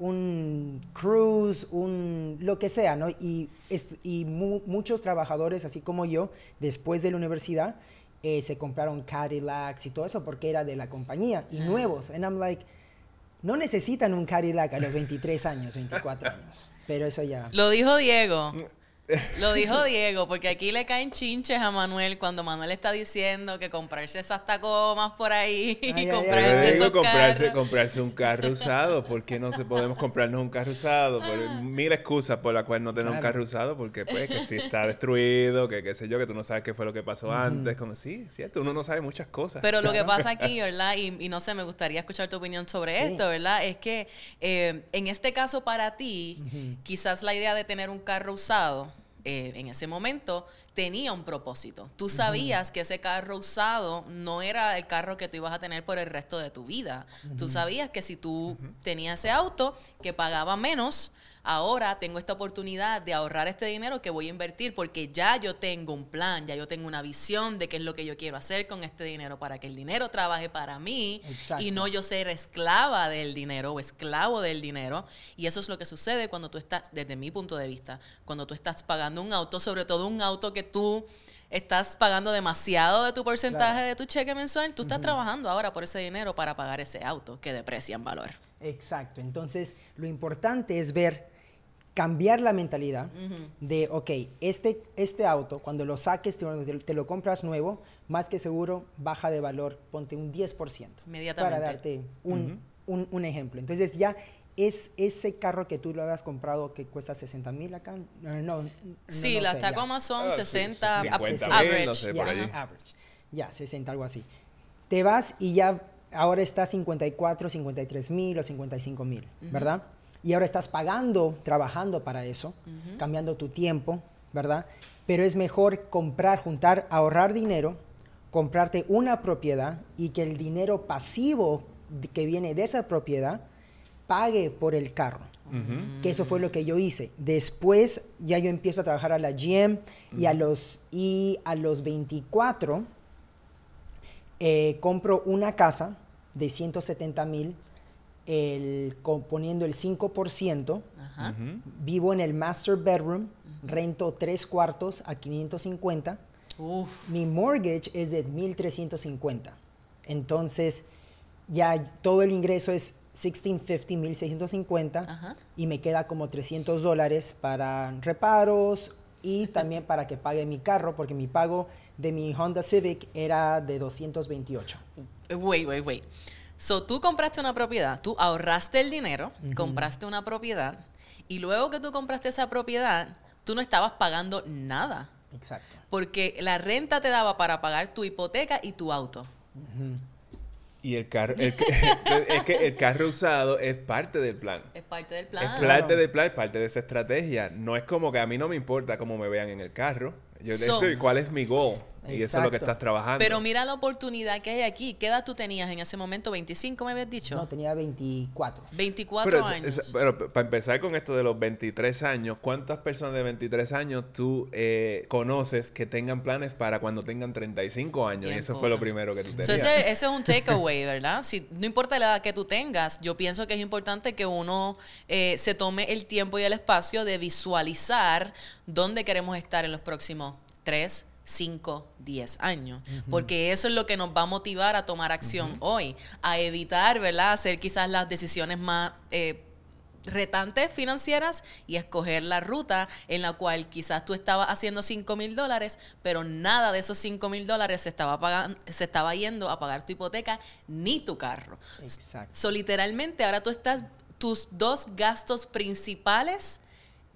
un Cruze, un lo que sea, ¿no? Y, y mu muchos trabajadores, así como yo, después de la universidad, eh, se compraron Cadillacs y todo eso porque era de la compañía y nuevos. And I'm like, no necesitan un Cadillac a los veintitrés años, veinticuatro años. Pero eso ya... Lo dijo Diego. Lo dijo Diego, porque aquí le caen chinches a Manuel cuando Manuel está diciendo que comprarse esas tacomas por ahí y ay, comprarse ay, ay. esos Digo, comprarse, carros. comprarse un carro usado. ¿Por qué no se podemos comprarnos un carro usado? Por mil excusas por las cuales no tener claro. un carro usado, porque pues que si está destruido, que qué sé yo, que tú no sabes qué fue lo que pasó uh-huh. antes. Como sí, cierto, uno no sabe muchas cosas. Pero lo que pasa aquí, ¿verdad? Y, y no sé, me gustaría escuchar tu opinión sobre sí. esto, ¿verdad? Es que eh, en este caso para ti, uh-huh. quizás la idea de tener un carro usado Eh, en ese momento tenía un propósito. Tú sabías uh-huh. que ese carro usado no era el carro que tú ibas a tener por el resto de tu vida. Uh-huh. Tú sabías que si tú uh-huh. tenías ese auto que pagaba menos, ahora tengo esta oportunidad de ahorrar este dinero que voy a invertir porque ya yo tengo un plan, ya yo tengo una visión de qué es lo que yo quiero hacer con este dinero para que el dinero trabaje para mí. Exacto. Y no yo ser esclava del dinero o esclavo del dinero. Y eso es lo que sucede cuando tú estás, desde mi punto de vista, cuando tú estás pagando un auto, sobre todo un auto que tú estás pagando demasiado de tu porcentaje claro. de tu cheque mensual, tú estás uh-huh. trabajando ahora por ese dinero para pagar ese auto que deprecia en valor. Exacto. Entonces, lo importante es ver, cambiar la mentalidad uh-huh. de, ok, este, este auto, cuando lo saques, te, te lo compras nuevo, más que seguro baja de valor, ponte un diez por ciento. Inmediatamente. Para darte un, uh-huh. un, un ejemplo. Entonces, ya es ese carro que tú lo habías comprado que cuesta sesenta mil acá. No, no, no sí, no las sé, Tacomas son ah, sesenta, sí, cincuenta, average. No sé, ya, por allí. average. Ya, sesenta, algo así. Te vas y ya ahora está cincuenta y cuatro, cincuenta y tres mil o cincuenta y cinco mil, uh-huh. ¿verdad? Y ahora estás pagando, trabajando para eso, uh-huh. cambiando tu tiempo, ¿verdad? Pero es mejor comprar, juntar, ahorrar dinero, comprarte una propiedad y que el dinero pasivo que viene de esa propiedad pague por el carro. Uh-huh. Que eso fue lo que yo hice. Después ya yo empiezo a trabajar a la G M uh-huh. y, a los, y a los veinticuatro eh, compro una casa de ciento setenta mil, el, poniendo el cinco por ciento. Uh-huh. Vivo en el master bedroom, uh-huh. rento tres cuartos a quinientos cincuenta. Uf. Mi mortgage es de mil trescientos cincuenta. Entonces, ya todo el ingreso es mil seiscientos cincuenta uh-huh. y me queda como trescientos dólares para reparos y también para que pague mi carro, porque mi pago de mi Honda Civic era de doscientos veintiocho. Wait, wait, wait. So, tú compraste una propiedad, tú ahorraste el dinero, uh-huh. compraste una propiedad, y luego que tú compraste esa propiedad, tú no estabas pagando nada. Exacto. Porque la renta te daba para pagar tu hipoteca y tu auto. Uh-huh. Y el carro, el, es que el carro usado es parte del plan. Es parte del plan. Es parte del plan, es parte de esa estrategia. No es como que a mí no me importa cómo me vean en el carro. Yo so, estoy, ¿cuál es mi goal? Exacto. Y eso es lo que estás trabajando. Pero mira la oportunidad que hay aquí. ¿Qué edad tú tenías en ese momento? ¿veinticinco me habías dicho? No, tenía veinticuatro. veinticuatro pero, años. Es, pero para empezar con esto de los veintitrés años, ¿cuántas personas de veintitrés años tú eh, conoces que tengan planes para cuando tengan treinta y cinco años? Bien, y eso puta. Fue lo primero que tú tenías. So ese, ese es un takeaway, ¿verdad? Si, no importa la edad que tú tengas, yo pienso que es importante que uno eh, se tome el tiempo y el espacio de visualizar dónde queremos estar en los próximos tres, cinco, diez años. Uh-huh. Porque eso es lo que nos va a motivar a tomar acción uh-huh. hoy. A evitar, ¿verdad? Hacer quizás las decisiones más eh, retantes financieras y escoger la ruta en la cual quizás tú estabas haciendo cinco mil dólares, pero nada de esos cinco mil dólares se estaba pagando, se estaba yendo a pagar tu hipoteca ni tu carro. Exacto. So, literalmente, ahora tú estás, tus dos gastos principales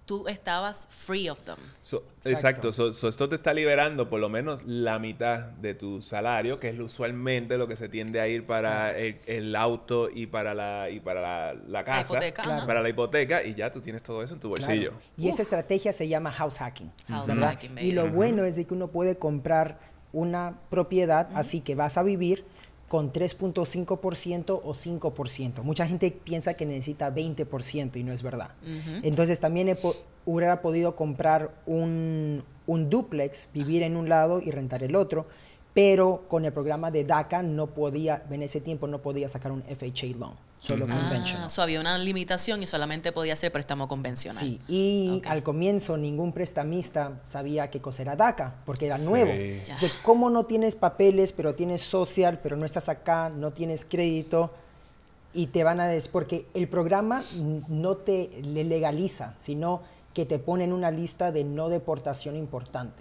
tú estabas free of them. So, exacto. So, so esto te está liberando por lo menos la mitad de tu salario, que es usualmente lo que se tiende a ir para el, el auto y para la, y para la, la casa. La hipoteca, Claro. Para la hipoteca, y ya tú tienes todo eso en tu bolsillo. Claro. Y esa estrategia se llama house hacking. House ¿verdad? hacking, baby. Y lo bueno es de que uno puede comprar una propiedad así que vas a vivir con tres punto cinco por ciento o cinco por ciento. Mucha gente piensa que necesita veinte por ciento y no es verdad. Ujú. Entonces también he po- hubiera podido comprar un, un duplex, vivir en un lado y rentar el otro, pero con el programa de DACA no podía, en ese tiempo no podía sacar un F H A loan, solo conventional. Ah, so había una limitación y solamente podía ser préstamo convencional. Sí, y Ok. al comienzo ningún prestamista sabía qué cosa era DACA, porque era nuevo. Ya. Entonces, ¿cómo no tienes papeles, pero tienes social, pero no estás acá, no tienes crédito? Y te van a decir, porque el programa n- no te le legaliza, sino que te pone en una lista de no deportación importante.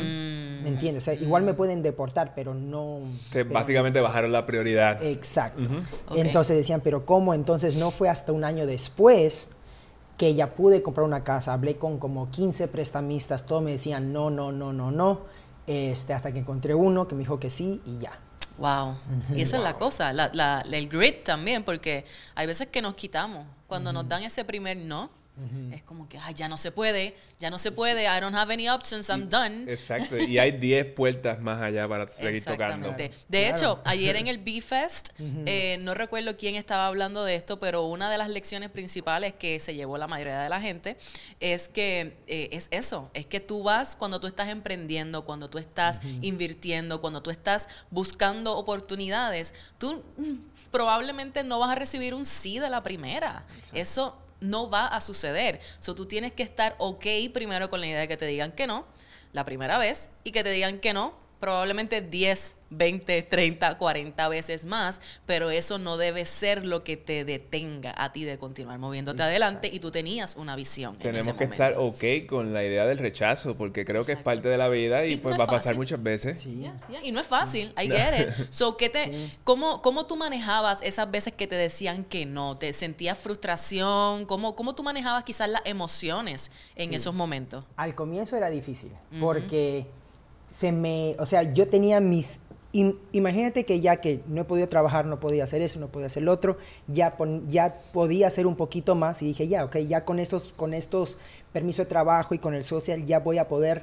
Mm. ¿Me entiendes? O sea, igual me pueden deportar, pero no... Que pero- básicamente bajaron la prioridad. Exacto. Ok. Entonces decían, pero ¿cómo? Entonces no fue hasta un año después que ya pude comprar una casa. Hablé con como quince prestamistas, todos me decían no, no, no, no, no. Este, hasta que encontré uno que me dijo que sí y ya. Wow. Y esa es la cosa, la, la, el grit también, porque hay veces que nos quitamos. Cuando nos dan ese primer no, es como que, ay, ya no se puede, ya no se puede, I don't have any options, I'm done. Exacto. Y hay diez puertas más allá para seguir tocando. Exactamente. Claro. De Claro. hecho, ayer en el B-Fest, eh, no recuerdo quién estaba hablando de esto, pero una de las lecciones principales que se llevó la mayoría de la gente es que eh, es eso, es que tú vas cuando tú estás emprendiendo, cuando tú estás invirtiendo, cuando tú estás buscando oportunidades, tú mm, probablemente no vas a recibir un sí de la primera. Eso no va a suceder. So, tú tienes que estar ok primero con la idea de que te digan que no la primera vez y que te digan que no probablemente diez, veinte, treinta, cuarenta veces más, pero eso no debe ser lo que te detenga a ti de continuar moviéndote Exacto. adelante y tú tenías una visión en Tenemos ese que momento. estar ok con la idea del rechazo, porque creo que es Exacto. parte de la vida y, Y no pues es va a pasar fácil. muchas veces. Sí. Ya, ya, Y no es fácil, I get it. So, ¿qué te, cómo, ¿Cómo tú manejabas esas veces que te decían que no? ¿Te sentías frustración? ¿Cómo, cómo tú manejabas quizás las emociones en Sí. esos momentos? Al comienzo era difícil, porque se me, o sea, yo tenía mis, im- imagínate que ya que no he podido trabajar, no podía hacer eso, no podía hacer lo otro, ya, pon- ya podía hacer un poquito más y dije, ya, ok, ya con estos, con estos permisos de trabajo y con el social ya voy a poder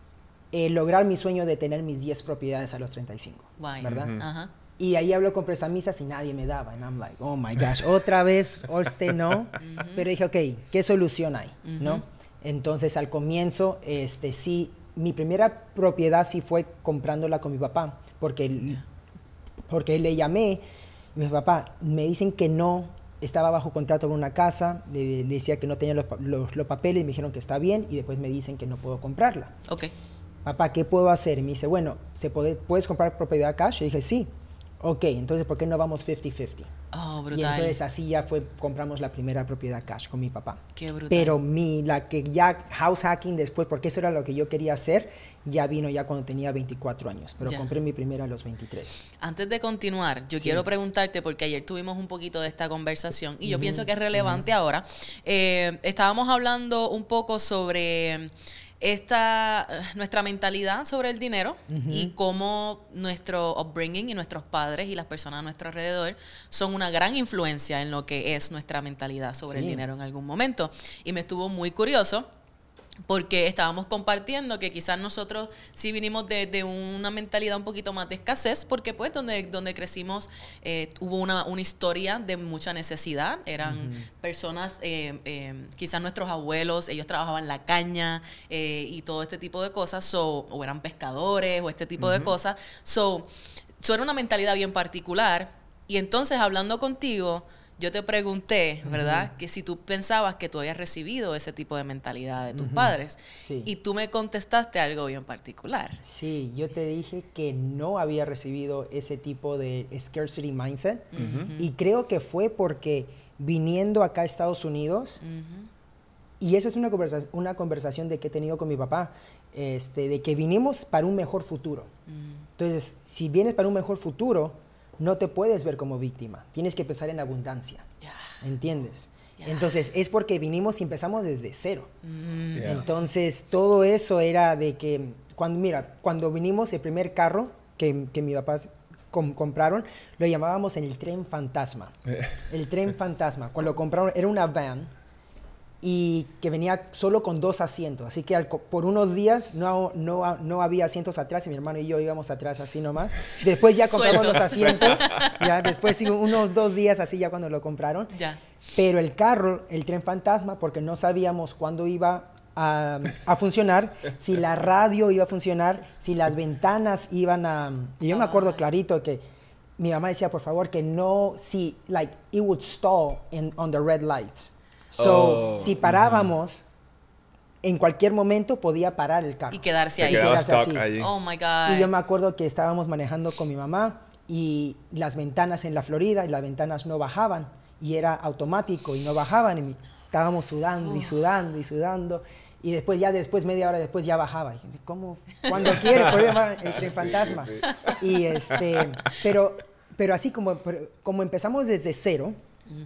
eh, lograr mi sueño de tener mis diez propiedades a los treinta y cinco, Guay. ¿verdad? Ajá. Y ahí hablo con prestamistas y nadie me daba. And I'm like, oh my gosh, otra vez, este no. Pero dije, ok, ¿qué solución hay? ¿No? Entonces, al comienzo, este, sí, mi primera propiedad sí fue comprándola con mi papá. Porque, él- porque le llamé y me dijo, papá, me dicen que no, estaba bajo contrato con una casa, le, le decía que no tenía los, pa- los- los papeles, y me dijeron que está bien, y después me dicen que no puedo comprarla. Ok. Papá, ¿qué puedo hacer? Y me dice, bueno, ¿se puede, ¿puedes comprar propiedad cash? Y dije, sí. Ok, entonces, ¿por qué no vamos cincuenta cincuenta? Oh, Y brutal. entonces así ya fue, compramos la primera propiedad cash con mi papá. Qué brutal. Pero mi, la que ya house hacking después, porque eso era lo que yo quería hacer, ya vino ya cuando tenía veinticuatro años. Pero Ya. compré mi primera a los veintitrés. Antes de continuar, yo Sí. quiero preguntarte, porque ayer tuvimos un poquito de esta conversación y yo pienso que es relevante ahora. Eh, estábamos hablando un poco sobre esta, eh, nuestra mentalidad sobre el dinero y cómo nuestro upbringing y nuestros padres y las personas a nuestro alrededor son una gran influencia en lo que es nuestra mentalidad sobre el Sí. dinero en algún momento. Y me estuvo muy curioso porque estábamos compartiendo que quizás nosotros sí vinimos de, de una mentalidad un poquito más de escasez, porque pues donde, donde crecimos eh, hubo una, una historia de mucha necesidad, eran personas, eh, eh, quizás nuestros abuelos, ellos trabajaban la caña eh, y todo este tipo de cosas, so, o eran pescadores o este tipo de cosas, so, so era una mentalidad bien particular, y entonces hablando contigo, yo te pregunté, ¿verdad? Que si tú pensabas que tú habías recibido ese tipo de mentalidad de tus padres. Sí. Y tú me contestaste algo bien particular. Sí, yo te dije que no había recibido ese tipo de scarcity mindset. Y creo que fue porque viniendo acá a Estados Unidos, y esa es una, conversa- una conversación de que he tenido con mi papá, este, de que vinimos para un mejor futuro. Entonces, si vienes para un mejor futuro, no te puedes ver como víctima. Tienes que pensar en abundancia. Ya. ¿Entiendes? Yeah. Entonces, es porque vinimos y empezamos desde cero. Mm. Yeah. Entonces, todo eso era de que, cuando, mira, cuando vinimos, el primer carro que, que mis papás com compraron, lo llamábamos el tren fantasma. El tren fantasma. Cuando lo compraron, era una van y que venía solo con dos asientos. Así que al, por unos días no, no, no había asientos atrás y mi hermano y yo íbamos atrás así nomás. Después ya compramos Sueltos. los asientos. Ya, después sí, unos dos días así ya cuando lo compraron. Ya. Pero el carro, el tren fantasma, porque no sabíamos cuándo iba a, a funcionar, si la radio iba a funcionar, si las ventanas iban a... Y yo me acuerdo Ah. clarito que mi mamá decía, por favor, que no, si, like, it would stall in, on the red lights. So, Oh, si parábamos, en cualquier momento podía parar el carro. Y quedarse Se ahí. quedaba quedarse stuck así. allí. Oh my God. Y yo me acuerdo que estábamos manejando con mi mamá y las ventanas en la Florida y las ventanas no bajaban y era automático y no bajaban y mi- estábamos sudando y sudando y sudando y después ya después media hora después ya bajaba. Y dije, ¿cómo? Cuando quiere puede llamar el tren fantasma. Y este, pero pero así como pero como empezamos desde cero,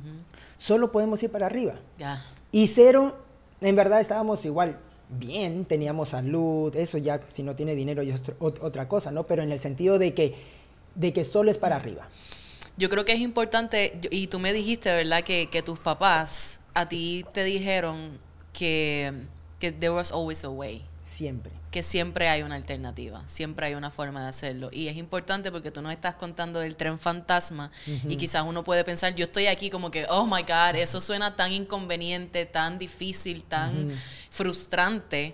solo podemos ir para arriba. Ya. Y cero, en verdad estábamos igual bien, teníamos salud, eso ya si no tiene dinero ya es otro- ot- otra cosa, ¿no? Pero en el sentido de que, de que solo es para arriba. Yo creo que es importante, yo- y tú me dijiste, ¿verdad? Que, que tus papás a ti te dijeron que, que there was always a way. Siempre. Que siempre hay una alternativa, siempre hay una forma de hacerlo. Y es importante porque tú nos estás contando del tren fantasma y quizás uno puede pensar, yo estoy aquí como que, oh my God, eso suena tan inconveniente, tan difícil, tan frustrante.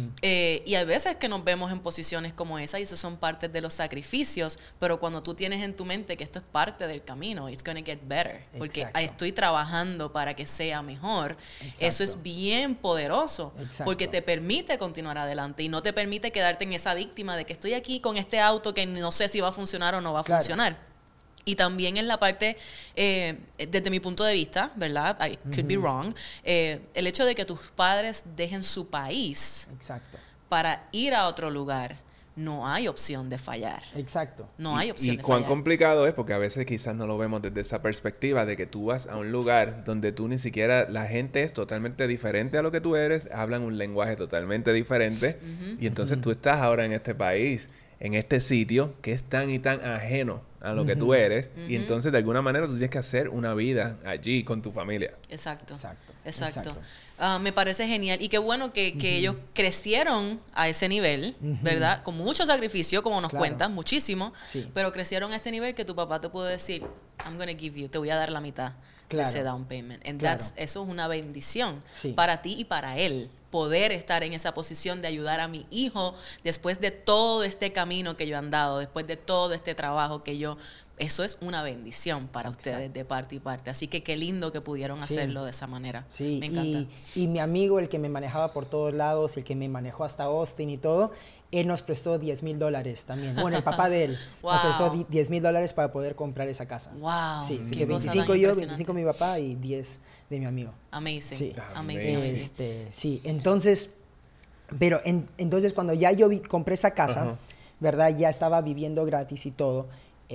Eh, y hay veces que nos vemos en posiciones como esa y eso son partes de los sacrificios, pero cuando tú tienes en tu mente que esto es parte del camino, it's gonna get better, porque Exacto. estoy trabajando para que sea mejor, eso Exacto. es bien poderoso, Exacto. porque te permite continuar adelante y no te permite quedarte en esa víctima de que estoy aquí con este auto que no sé si va a funcionar o no va a Claro. funcionar. Y también en la parte, eh, desde mi punto de vista, ¿verdad? I could be wrong. eh, el hecho de que tus padres dejen su país Exacto. para ir a otro lugar, no hay opción de fallar. Exacto. No hay opción Y de cuán fallar. complicado es, porque a veces quizás no lo vemos desde esa perspectiva de que tú vas a un lugar donde tú ni siquiera, la gente es totalmente diferente a lo que tú eres, hablan un lenguaje totalmente diferente, y entonces tú estás ahora en este país, en este sitio que es tan y tan ajeno a lo que tú eres, y entonces de alguna manera tú tienes que hacer una vida allí con tu familia. Exacto. Exacto. Exacto. Exacto. Ah, me parece genial. Y qué bueno que, que ellos crecieron a ese nivel, ¿verdad? Con mucho sacrificio, como nos Claro. cuentan, muchísimo. Sí. Pero crecieron a ese nivel que tu papá te pudo decir, I'm gonna give you, te voy a dar la mitad Claro. de ese down payment. And Claro. that's- eso es una bendición Sí. para ti y para él. Poder estar en esa posición de ayudar a mi hijo después de todo este camino que yo he andado, después de todo este trabajo que yo... Eso es una bendición para ustedes Exacto. de parte y parte. Así que qué lindo que pudieron Sí. hacerlo de esa manera. Sí, Me encanta. y, y mi amigo, el que me manejaba por todos lados, el que me manejó hasta Austin y todo, él nos prestó diez mil dólares también. Bueno, el papá de él Wow. nos prestó di- diez mil dólares para poder comprar esa casa. Wow. Sí, así qué que cosa tan veinticinco yo, impresionante. veinticinco mi papá y diez de mi amigo. Amazing. Sí. Amazing. amazing. Este, sí, entonces, pero en- entonces cuando ya yo vi- compré esa casa, Ajá. ¿verdad? Ya estaba viviendo gratis y todo.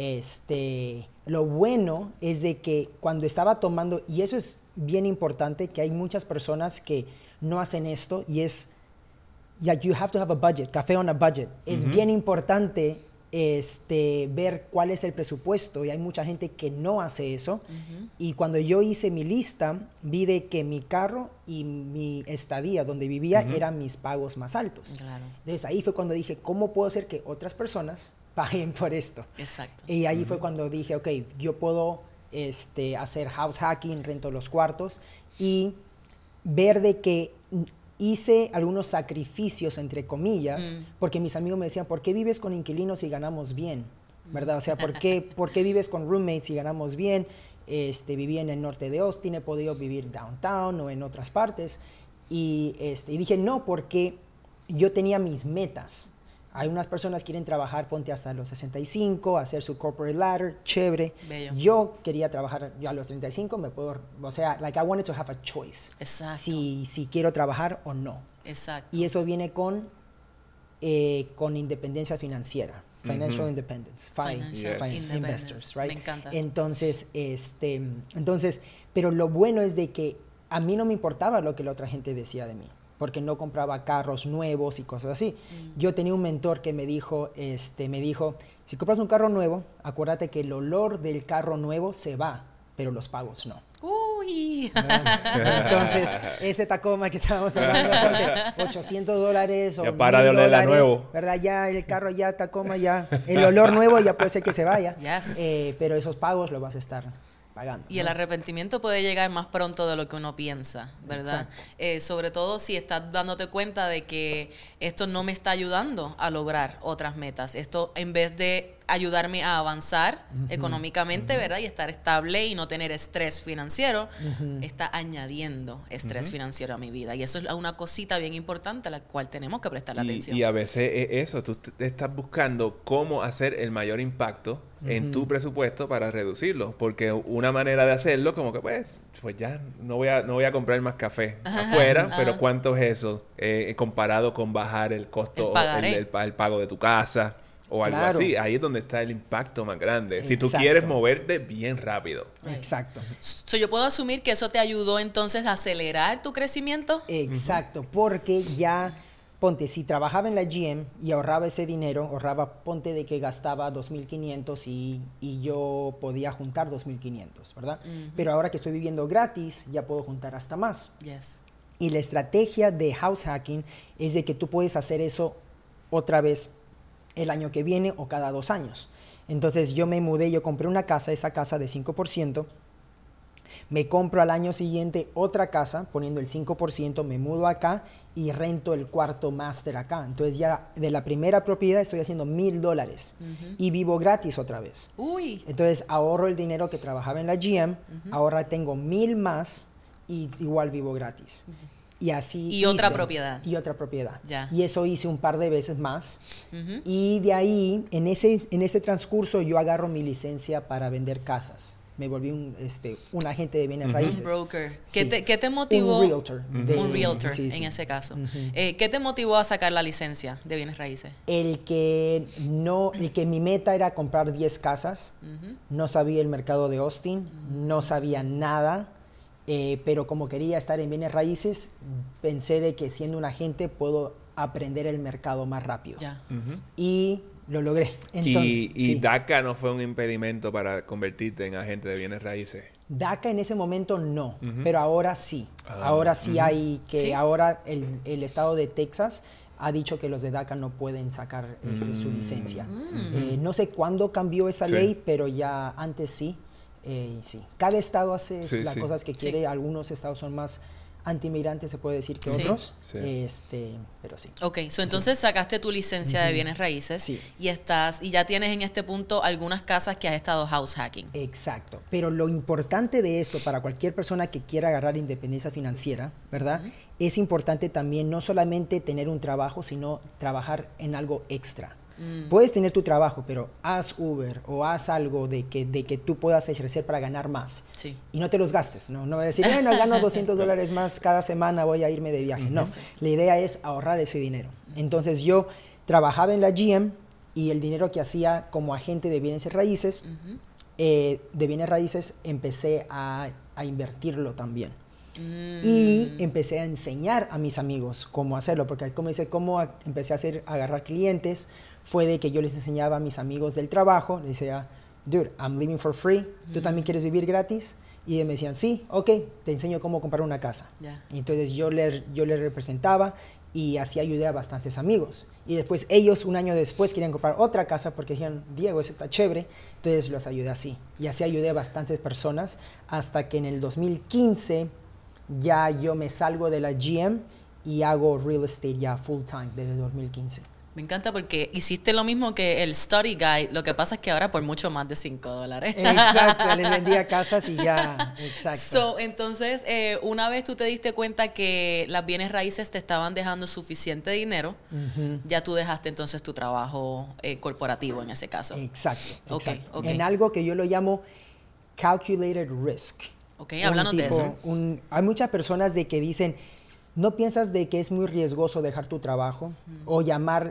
Este, lo bueno es de que cuando estaba tomando, y eso es bien importante, que hay muchas personas que no hacen esto y es, yeah, you have to have a budget, café on a budget. Es bien importante este, ver cuál es el presupuesto y hay mucha gente que no hace eso. Y cuando yo hice mi lista, vi de que mi carro y mi estadía donde vivía eran mis pagos más altos. Claro. Entonces ahí fue cuando dije, ¿cómo puedo hacer que otras personas paguen por esto? Exacto. Y ahí fue cuando dije, ok, yo puedo este, hacer house hacking, rento los cuartos y ver de que hice algunos sacrificios, entre comillas, Mm. porque mis amigos me decían, ¿por qué vives con inquilinos y ganamos bien? ¿Verdad? O sea, ¿por qué, ¿por qué vives con roommates y ganamos bien? Este, viví en el norte de Austin, he podido vivir downtown o en otras partes. Y, este, y dije, no, porque yo tenía mis metas. Hay unas personas que quieren trabajar, ponte hasta los sesenta y cinco, hacer su corporate ladder, chévere. Bello. Yo quería trabajar ya a los treinta y cinco, me puedo, o sea, like I wanted to have a choice. Exacto. Si, si quiero trabajar o no. Exacto. Y eso viene con, eh, con independencia financiera. Financial independence. Fi- Financial Yes. fi- independence. investors, right? Me encanta. Entonces, este, entonces, pero lo bueno es de que a mí no me importaba lo que la otra gente decía de mí, porque no compraba carros nuevos y cosas así. Mm. Yo tenía un mentor que me dijo, este, me dijo, si compras un carro nuevo, acuérdate que el olor del carro nuevo se va, pero los pagos no. Uy. Entonces, ese Tacoma que estábamos hablando, de ochocientos dólares o ya para de oler a nuevo, ¿verdad? Ya el carro ya Tacoma, ya el olor nuevo ya puede ser que se vaya. Yes. Eh, pero esos pagos los vas a estar pagando. Y ¿no? El arrepentimiento puede llegar más pronto de lo que uno piensa, ¿verdad? Eh, sobre todo si estás dándote cuenta de que esto no me está ayudando a lograr otras metas. Esto, en vez de ayudarme a avanzar uh-huh. económicamente, uh-huh. ¿verdad? Y estar estable y no tener estrés financiero, uh-huh. está añadiendo estrés uh-huh. financiero a mi vida. Y eso es una cosita bien importante a la cual tenemos que prestar y, atención. Y a veces es eso, tú te estás buscando cómo hacer el mayor impacto uh-huh. en tu presupuesto para reducirlo. Porque una manera de hacerlo, como que pues, pues ya no voy a, no voy a comprar más café ajá, afuera, ajá. pero ¿cuánto es eso eh, comparado con bajar el costo, el, el, el, el pago de tu casa? O algo claro. así. Ahí es donde está el impacto más grande. Exacto. Si tú quieres moverte bien rápido. Exacto. So, ¿yo puedo asumir que eso te ayudó entonces a acelerar tu crecimiento? Exacto. Uh-huh. Porque ya, ponte, si trabajaba en la G M y ahorraba ese dinero, ahorraba, ponte de que gastaba dos mil quinientos y, y yo podía juntar dos mil quinientos, ¿verdad? Uh-huh. Pero ahora que estoy viviendo gratis, ya puedo juntar hasta más. Yes. Y la estrategia de house hacking es de que tú puedes hacer eso otra vez el año que viene o cada dos años. Entonces yo me mudé, yo compré una casa, esa casa de cinco por ciento, me compro al año siguiente otra casa poniendo el cinco por ciento, me mudo acá y rento el cuarto máster acá. Entonces ya de la primera propiedad estoy haciendo mil dólares uh-huh. y vivo gratis otra vez. Uy. Entonces ahorro el dinero que trabajaba en la G M, uh-huh. ahora tengo mil más y igual vivo gratis. Uh-huh. Y así y hice, otra propiedad. Y otra propiedad. Ya. Y eso hice un par de veces más. Uh-huh. Y de ahí, en ese, en ese transcurso, yo agarro mi licencia para vender casas. Me volví un, este, un agente de bienes uh-huh. raíces. Un broker. ¿Qué, sí. te, ¿Qué te motivó? Un realtor. Uh-huh. De, un realtor, sí, sí. en ese caso. Uh-huh. Eh, ¿Qué te motivó a sacar la licencia de bienes raíces? El que, no, el que mi meta era comprar diez casas. Uh-huh. No sabía el mercado de Austin. Uh-huh. No sabía nada. Eh, pero como quería estar en bienes raíces, pensé de que siendo un agente puedo aprender el mercado más rápido. Ya. Uh-huh. Y lo logré. Entonces, y y sí. DACA no fue un impedimento para convertirte en agente de bienes raíces. DACA en ese momento no, uh-huh. pero ahora sí. Ah, ahora sí uh-huh. hay que, ¿sí? Ahora el, el estado de Texas ha dicho que los de DACA no pueden sacar este, mm. su licencia. Mm. Eh, no sé cuándo cambió esa sí. ley, pero ya antes sí. Eh, sí, cada estado hace sí, las sí. cosas que quiere. Sí. Algunos estados son más antimigrantes, se puede decir, que sí. otros. Sí. Este, pero sí. Ok, so entonces sí. sacaste tu licencia uh-huh. de bienes raíces sí. y estás y ya tienes en este punto algunas casas que has estado house hacking. Exacto. Pero lo importante de esto para cualquier persona que quiera agarrar independencia financiera, ¿verdad? Uh-huh. Es importante también no solamente tener un trabajo, sino trabajar en algo extra. Mm. Puedes tener tu trabajo, pero haz Uber o haz algo de que, de que tú puedas ejercer para ganar más. Sí. Y no te los gastes. No, no voy a decir, bueno, gano doscientos dólares más cada semana, voy a irme de viaje. Uh-huh. No, sí. La idea es ahorrar ese dinero. Entonces yo trabajaba en la G M y el dinero que hacía como agente de bienes raíces, uh-huh. eh, de bienes raíces, empecé a, a invertirlo también. Mm. Y empecé a enseñar a mis amigos cómo hacerlo, porque como dice, cómo a, empecé a hacer, a agarrar clientes, fue de que yo les enseñaba a mis amigos del trabajo, les decía, dude, I'm living for free, ¿tú mm. también quieres vivir gratis? Y me decían, sí, ok, te enseño cómo comprar una casa. Yeah. Y entonces yo les yo le representaba y así ayudé a bastantes amigos. Y después ellos, un año después, querían comprar otra casa porque decían, Diego, eso está chévere. Entonces los ayudé así. Y así ayudé a bastantes personas hasta que en el dos mil quince ya yo me salgo de la G M y hago real estate ya full time desde dos mil quince. Me encanta porque hiciste lo mismo que el Study Guide, lo que pasa es que ahora por mucho más de cinco dólares. Exacto, les vendía casas y ya, exacto. So, entonces, eh, una vez tú te diste cuenta que las bienes raíces te estaban dejando suficiente dinero, uh-huh. ya tú dejaste entonces tu trabajo eh, corporativo en ese caso. Exacto, okay, exacto. Okay. En algo que yo lo llamo calculated risk. Ok, háblanos tipo, de eso. Un, hay muchas personas de que dicen, ¿no piensas de que es muy riesgoso dejar tu trabajo mm. o llamar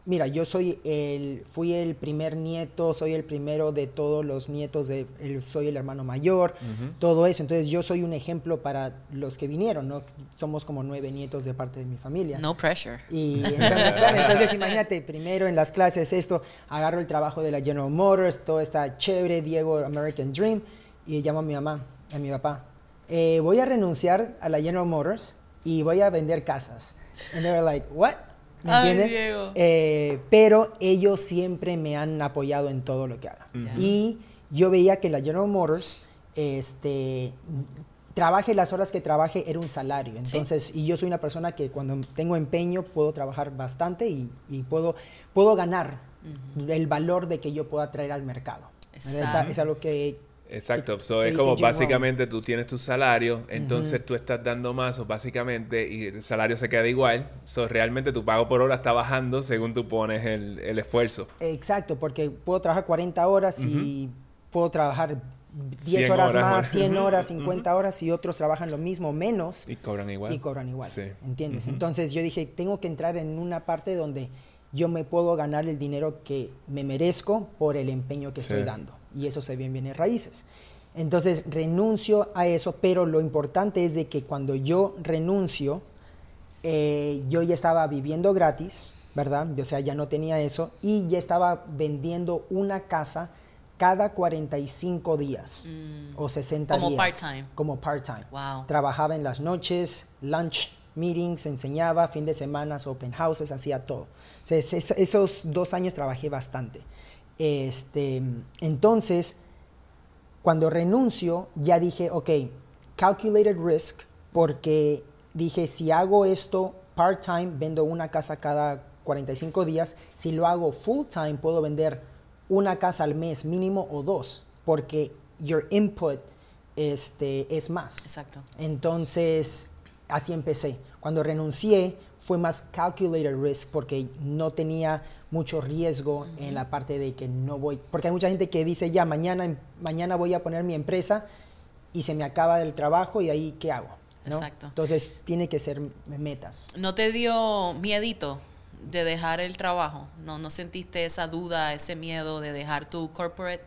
Mira, yo soy el, fui el primer nieto, soy el primero de todos los nietos, de, el, soy el hermano mayor, uh-huh. todo eso. Entonces yo soy un ejemplo para los que vinieron, ¿no? Somos como nueve nietos de parte de mi familia. No pressure. Y entonces, claro, entonces imagínate, primero en las clases esto, agarro el trabajo de la General Motors, todo está chévere, Diego, American Dream, y llamo a mi mamá, a mi papá. Eh, voy a renunciar a la General Motors y voy a vender casas. And they were like, what? ¿Me entiendes? Ay, Diego. Eh, pero ellos siempre me han apoyado en todo lo que haga. Uh-huh. Y yo veía que la General Motors, este, trabaje las horas que trabaje, era un salario. Entonces, sí. Y yo soy una persona que cuando tengo empeño puedo trabajar bastante y, y puedo, puedo ganar uh-huh. el valor de que yo pueda traer al mercado. Es, es algo que... Exacto, so, es como básicamente tú tienes tu salario, entonces uh-huh. tú estás dando más o básicamente y el salario se queda igual, so, realmente tu pago por hora está bajando según tú pones el, el esfuerzo. Exacto, porque puedo trabajar cuarenta horas uh-huh. y puedo trabajar diez horas, horas más, cien uh-huh. horas, cincuenta uh-huh. horas y otros trabajan lo mismo, menos. Y cobran igual. Y cobran igual, sí. ¿entiendes? Uh-huh. Entonces yo dije, tengo que entrar en una parte donde yo me puedo ganar el dinero que me merezco por el empeño que sí. estoy dando. Y eso se ve en bienes raíces. Entonces renuncio a eso, pero lo importante es de que cuando yo renuncio, eh, yo ya estaba viviendo gratis, ¿verdad? O sea, ya no tenía eso y ya estaba vendiendo una casa cada cuarenta y cinco días mm. o sesenta como días. Como part-time. Como part-time. Wow. Trabajaba en las noches, lunch meetings, enseñaba, fin de semana, open houses, hacía todo. O sea, es, esos dos años trabajé bastante. Este, entonces, cuando renuncio, ya dije, ok, calculated risk, porque dije, si hago esto part-time, vendo una casa cada cuarenta y cinco días. Si lo hago full-time, puedo vender una casa al mes mínimo o dos, porque your input este, es más. Exacto. Entonces, así empecé. Cuando renuncié, fue más calculated risk, porque no tenía mucho riesgo uh-huh. en la parte de que no voy, porque hay mucha gente que dice ya mañana, mañana voy a poner mi empresa y se me acaba el trabajo y ahí ¿qué hago? ¿No? Exacto. Entonces tiene que ser metas. ¿No te dio miedito de dejar el trabajo? ¿No, no sentiste esa duda, ese miedo de dejar tu corporate?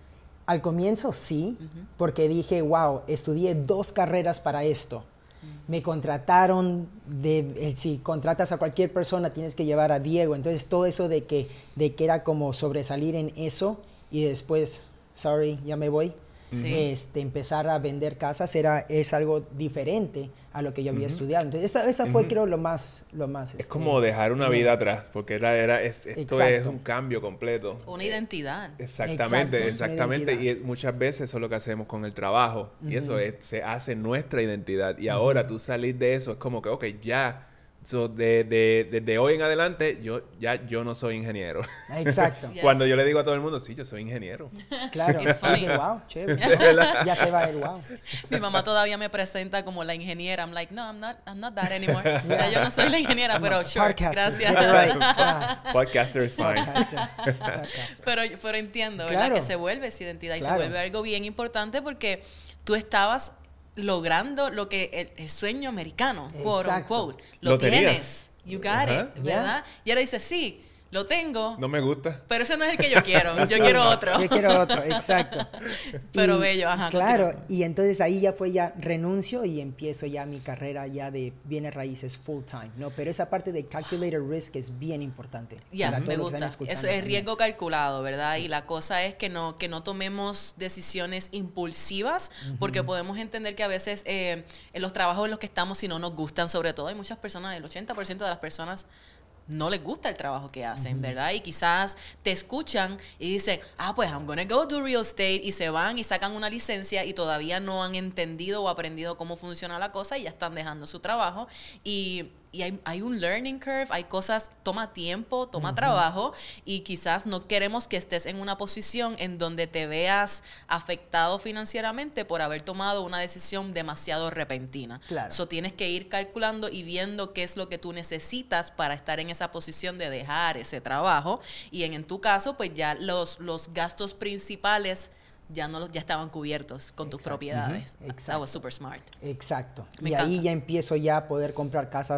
Al comienzo sí, uh-huh. porque dije, wow, estudié dos carreras para esto. Me contrataron, de, si contratas a cualquier persona tienes que llevar a Diego, entonces todo eso de que, de que era como sobresalir en eso y después, sorry, ya me voy, sí. este, empezar a vender casas era, es algo diferente a lo que yo había uh-huh. estudiado. Entonces esa, esa fue uh-huh. creo lo más... Lo más es este, como dejar una vida atrás, porque era, era, es, esto Exacto. es un cambio completo. Una identidad. Exactamente, Exacto, exactamente. Y muchas veces eso es lo que hacemos con el trabajo. Uh-huh. Y eso es, se hace nuestra identidad. Y uh-huh. ahora tú salir de eso es como que, ok, ya... So, de, de, de, de hoy en adelante, yo ya yo no soy ingeniero. Exacto. Yes. Cuando yo le digo a todo el mundo, sí, yo soy ingeniero. Claro. Dice, wow, chévere. Ya se va el wow. Mi mamá todavía me presenta como la ingeniera. I'm like, no, I'm not, I'm not that anymore. Yeah. Yo no soy la ingeniera, pero sure, podcaster. gracias. Right. Podcaster is fine. Podcaster. Podcaster. Pero, pero entiendo, ¿verdad? Claro. Que se vuelve esa identidad y claro. se vuelve algo bien importante porque tú estabas logrando lo que el, el sueño americano, quote unquote, lo, lo tienes, you got uh-huh. it, ¿verdad? Yeah. Y ahora dices, sí, lo tengo. No me gusta. Pero ese no es el que yo quiero, yo quiero otro. Yo quiero otro, exacto. Pero y, bello, ajá. Claro, continúa. Y entonces ahí ya fue ya renuncio y empiezo ya mi carrera ya de bienes raíces full time, ¿no? Pero esa parte de calculated risk es bien importante. Ya, yeah, me gusta. Eso es riesgo calculado, ¿verdad? Y la cosa es que no, que no tomemos decisiones impulsivas, uh-huh. porque podemos entender que a veces eh, en los trabajos en los que estamos, si no nos gustan, sobre todo hay muchas personas, el ochenta por ciento de las personas no les gusta el trabajo que hacen, uh-huh. ¿verdad? Y quizás te escuchan y dicen, ah, pues I'm gonna go do real estate, y se van y sacan una licencia y todavía no han entendido o aprendido cómo funciona la cosa y ya están dejando su trabajo. Y, y hay, hay un learning curve, hay cosas, toma tiempo, toma uh-huh. trabajo, y quizás no queremos que estés en una posición en donde te veas afectado financieramente por haber tomado una decisión demasiado repentina. Claro. So tienes que ir calculando y viendo qué es lo que tú necesitas para estar en esa posición de dejar ese trabajo, y en, en tu caso pues ya los, los gastos principales ya no los, ya estaban cubiertos con tus propiedades. Uh-huh. Exacto. That was super smart. Exacto. Me y encanta. ahí ya empiezo ya a poder comprar casas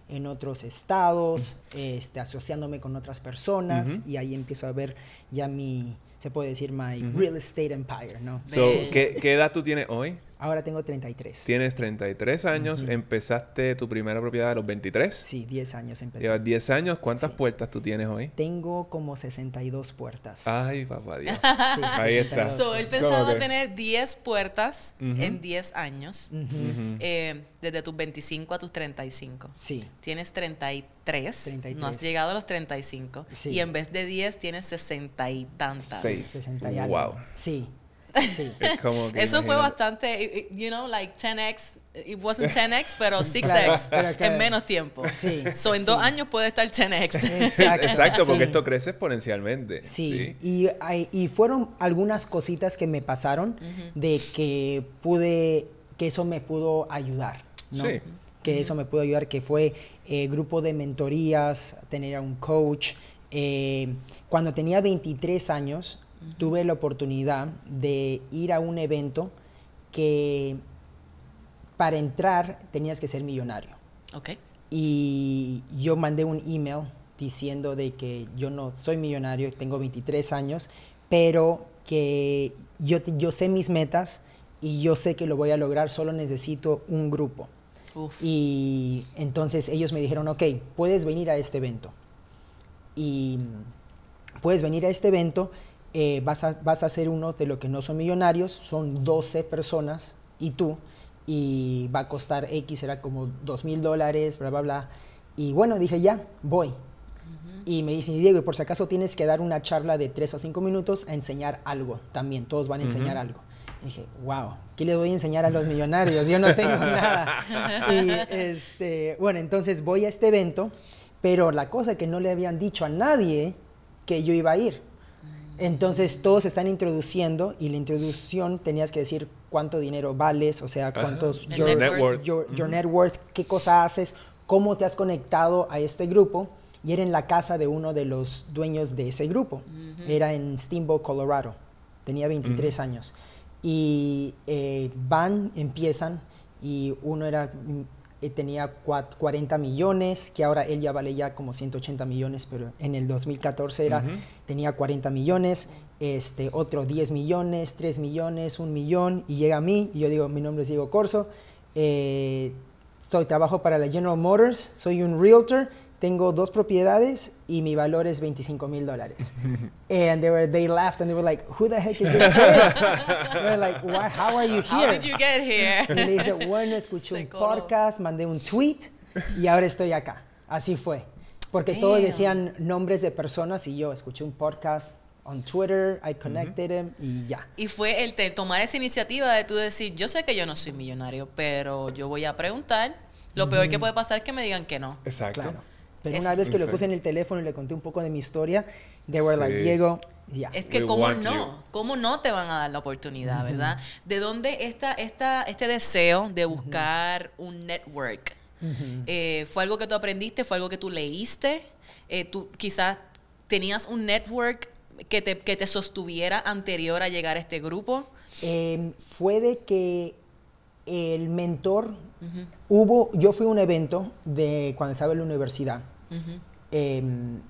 en otros estados, este, asociándome con otras personas, Uh-huh. y ahí empiezo a ver ya mi, se puede decir, my Uh-huh. real estate empire, ¿no? So, ¿qué, ¿Qué edad tú tienes hoy? Ahora tengo treinta y tres. Tienes treinta y tres años, Ujú. empezaste tu primera propiedad a los veintitrés. Sí, diez años empecé. Llevas diez años, ¿cuántas Sí. puertas tú tienes hoy? Tengo como sesenta y dos puertas. Ay, papá Dios. Sí, Ahí está. sesenta y dos. So, él ¿Cómo pensaba que? tener diez puertas Ujú. en diez años, Ujú. Ujú. eh, desde tus veinticinco a tus treinta y cinco. Sí. Tienes treinta y tres, treinta y no has tres. llegado a los treinta y cinco. Sí. Y en vez de diez tienes sesenta y tantas. Seis. sesenta y algo. Wow. Sí. Sí. Es como que Eso fue imagínate. bastante, it- it- you know, like ten x. It wasn't ten x, pero six x Claro, pero claro. en menos tiempo. Sí, So, en sí. dos años puede estar ten x. Exacto. Exacto, porque Sí. esto crece exponencialmente. Sí, Y, hay- y fueron algunas cositas que me pasaron de que pude, que eso me pudo ayudar, ¿no? Sí. Que eso me pudo ayudar, que fue eh, grupo de mentorías, tener a un coach. Eh, cuando tenía veintitrés años, tuve la oportunidad de ir a un evento que para entrar tenías que ser millonario. Ok. Y yo mandé un email diciendo de que yo no soy millonario, tengo veintitrés años, pero que yo, yo sé mis metas y yo sé que lo voy a lograr, solo necesito un grupo. Uf. Y entonces ellos me dijeron, ok, puedes venir a este evento. Y puedes venir a este evento, eh, vas, a, vas a ser uno de los que no son millonarios, son doce personas y tú, y va a costar X, será como dos mil dólares, bla, bla, bla. Y bueno, dije, ya, voy. Y me dicen, Diego, y por si acaso tienes que dar una charla de tres a cinco minutos a enseñar algo también, todos van a enseñar Ujú. algo. Y dije, wow, ¿qué les voy a enseñar a los millonarios? Yo no tengo nada. Y este, bueno, entonces voy a este evento, pero la cosa que no le habían dicho a nadie que yo iba a ir. Entonces todos se están introduciendo y la introducción tenías que decir cuánto dinero vales, o sea, cuántos El your, net worth. your, your Ujú. net worth, qué cosa haces, cómo te has conectado a este grupo. Y era en la casa de uno de los dueños de ese grupo. Era en Steamboat, Colorado. Tenía veintitrés años. Y eh, van, empiezan, y uno era, mm, eh, tenía cua- cuarenta millones, que ahora él ya vale ya como ciento ochenta millones, pero en el dos mil catorce era, Ujú. tenía cuarenta millones, este, otro diez millones, tres millones, un millón, y llega a mí, y yo digo, mi nombre es Diego Corso, eh, soy, trabajo para la General Motors, soy un realtor, tengo dos propiedades y mi valor es veinticinco mil dólares. And they were, they laughed and they were like, who the heck is this kid? They were like, Why, how are you How here? did you get here? Y le dije, bueno, escuché Se un coló. podcast, mandé un tweet y ahora estoy acá. Así fue. Porque todos Damn. decían nombres de personas y yo escuché un podcast on Twitter, I connected him y ya. Y fue el te- tomar esa iniciativa de tú decir, yo sé que yo no soy millonario, pero yo voy a preguntar. Lo peor que puede pasar es que me digan que no. Exacto. Claro. Pero Es- una vez que lo Sí. puse en el teléfono y le conté un poco de mi historia, they were like, Sí. Diego, ya. Es que We cómo want no, you. cómo no te van a dar la oportunidad, ¿verdad? ¿De dónde esta, esta, este deseo de buscar un network? Eh, ¿Fue algo que tú aprendiste? ¿Fue algo que tú leíste? Eh, ¿Tú quizás tenías un network que te, que te sostuviera anterior a llegar a este grupo? Eh, fue de que el mentor, hubo, yo fui a un evento de cuando estaba en la universidad, eh,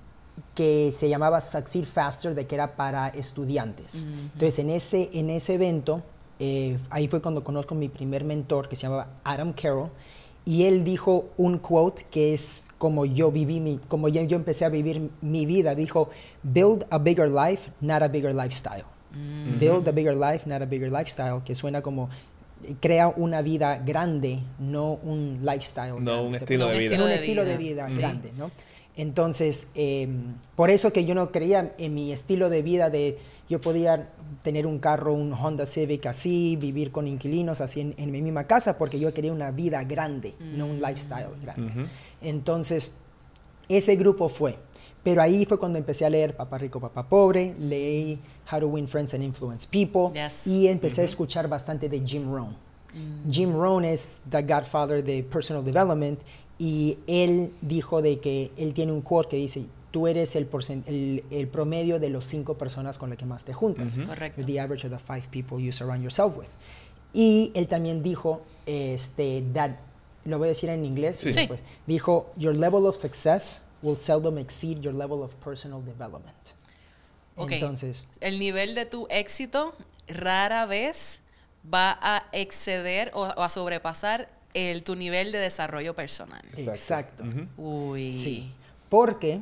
que se llamaba Succeed Faster, de que era para estudiantes. Entonces, en ese, en ese evento, eh, ahí fue cuando conozco a mi primer mentor, que se llamaba Adam Carroll, y él dijo un quote que es como yo viví, mi, como yo, yo empecé a vivir mi vida. Dijo, build a bigger life, not a bigger lifestyle. Build a bigger life, not a bigger lifestyle, que suena como crea una vida grande, no un lifestyle. No grande. un Se estilo puede- de vida. no un de estilo de vida. vida Sí. grande, ¿no? Entonces, eh, por eso que yo no creía en mi estilo de vida de yo podía tener un carro, un Honda Civic así, vivir con inquilinos así en, en mi misma casa, porque yo quería una vida grande, no un lifestyle grande. Ujú. Entonces, ese grupo fue. Pero ahí fue cuando empecé a leer Papá Rico, Papá Pobre, leí How to Win Friends and Influence People, Yes. y empecé a escuchar bastante de Jim Rohn. Jim Rohn es the godfather de personal development, y él dijo de que él tiene un quote que dice, tú eres el, porcent- el, el promedio de los cinco personas con las que más te juntas. Ujú. Correcto. You're the average of the five people you surround yourself with. Y él también dijo este, that lo voy a decir en inglés. Sí. Y Sí. después, dijo, your level of success will seldom exceed your level of personal development. Ok. Entonces, El nivel de tu éxito rara vez va a exceder o, o a sobrepasar el, tu nivel de desarrollo personal. exacto. Ujú. Uy. Sí, porque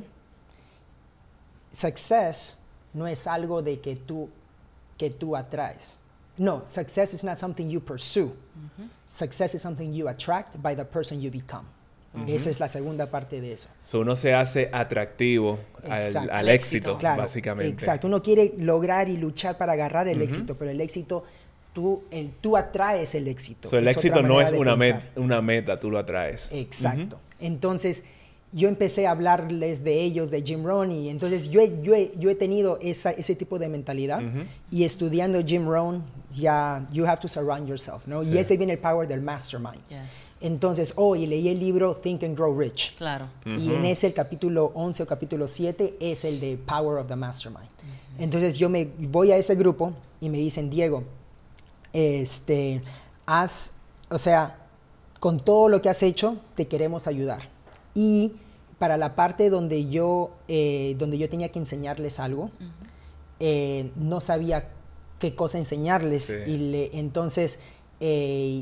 success no es algo de que tú, que tú atraes. No, success is not something you pursue. Success is something you attract by the person you become. Esa es la segunda parte de eso. So, uno se hace atractivo al, Exacto. al Al éxito, éxito. Claro, básicamente. exacto. Uno quiere lograr y luchar para agarrar el éxito, pero el éxito, tú, el, tú atraes el éxito. So, el Es éxito otra no manera es de una, met- pensar. una meta, tú lo atraes. Exacto. Entonces, yo empecé a hablarles de ellos, de Jim Rohn, y entonces yo he, yo he, yo he tenido esa, ese tipo de mentalidad, y estudiando Jim Rohn, ya, you have to surround yourself, ¿no? Sí. Y ese viene el power del mastermind. Yes. Entonces, oh, y leí el libro Think and Grow Rich. Claro. Y en ese, el capítulo once o capítulo siete, es el de Power of the Mastermind. Entonces, yo me voy a ese grupo y me dicen, Diego, este, haz, o sea, con todo lo que has hecho, te queremos ayudar. Y para la parte donde yo, eh, donde yo tenía que enseñarles algo, eh, no sabía qué cosa enseñarles. Sí. Y le, entonces, eh,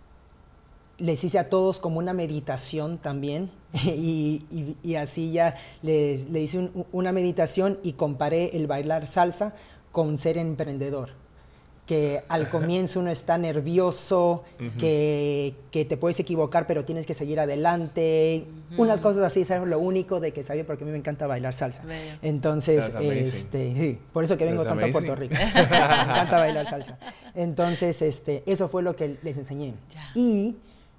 les hice a todos como una meditación también. y, y- y así ya les, le hice un- una meditación y comparé el bailar salsa con ser emprendedor. Que al comienzo uno está nervioso, que, que te puedes equivocar, pero tienes que seguir adelante. Unas cosas así, eso es lo único de que sabía, porque a mí me encanta bailar salsa. Bello. Entonces, That's amazing. este, sí, por eso que vengo That's tanto a Puerto amazing. Rico. Me encanta bailar salsa. Entonces, este, eso fue lo que les enseñé. Ya. Y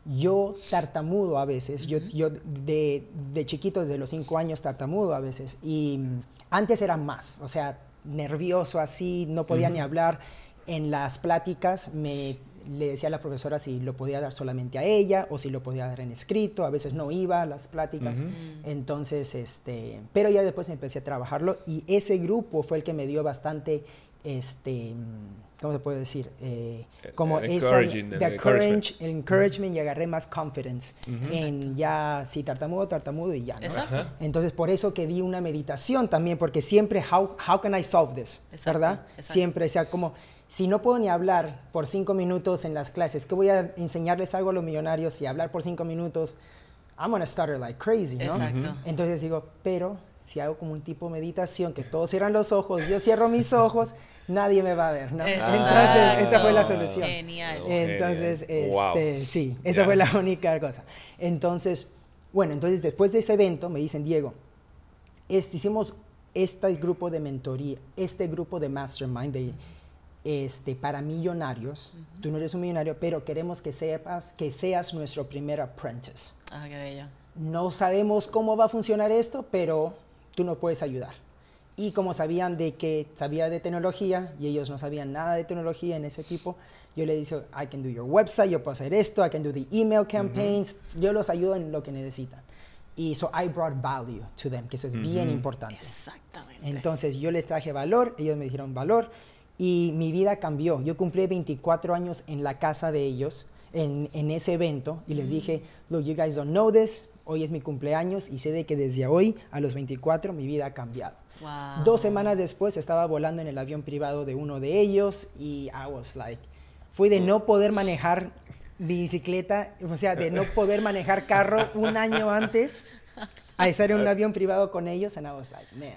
yo tartamudo a veces, yo, yo de, de chiquito, desde los cinco años, tartamudo a veces. Y mm, antes era más, o sea, nervioso así, no podía ni hablar. En las pláticas me le decía a la profesora si lo podía dar solamente a ella o si lo podía dar en escrito. A veces no iba a las pláticas. Entonces, este, pero ya después empecé a trabajarlo y ese grupo fue el que me dio bastante, este, ¿cómo se puede decir? Eh, como Eh, esa, encouraging, the el encouragement. encourage- el encouragement y agarré más confidence en ya, si tartamudo, tartamudo y ya, ¿no? Exacto. Entonces, por eso que di una meditación también, porque siempre, how, how can I solve this? Exacto, ¿Verdad? exacto. Siempre, o sea, como, si no puedo ni hablar por cinco minutos en las clases, ¿qué voy a enseñarles algo a los millonarios y hablar por cinco minutos? I'm gonna stutter like crazy, ¿no? Exacto. Entonces digo, pero si hago como un tipo de meditación, que todos cierran los ojos, yo cierro mis ojos, nadie me va a ver, ¿no? Exacto. Entonces, esa fue la solución. Genial. Entonces, Genial. Wow. este, sí, esa Ya. fue la única cosa. Entonces, bueno, entonces después de ese evento me dicen, Diego, este, hicimos este grupo de mentoría, este grupo de mastermind de, este, para millonarios. Tú no eres un millonario, pero queremos que sepas que seas nuestro primer apprentice. Ah, qué bello. No sabemos cómo va a funcionar esto, pero tú nos puedes ayudar. Y como sabían de que sabía de tecnología y ellos no sabían nada de tecnología en ese tipo, yo les dije, I can do your website, yo puedo hacer esto, I can do the email campaigns, yo los ayudo en lo que necesitan. Y so I brought value to them, que eso es bien importante. Exactamente. Entonces yo les traje valor, ellos me dijeron valor y mi vida cambió. Yo cumplí veinticuatro años en la casa de ellos, en, en ese evento, y les dije, look, you guys don't know this, hoy es mi cumpleaños y sé de que desde hoy a los veinticuatro mi vida ha cambiado. Wow. Dos semanas después estaba volando en el avión privado de uno de ellos y I was like, fui de no poder manejar bicicleta, o sea, de no poder manejar carro un año antes a estar en un avión privado con ellos and I was like, man.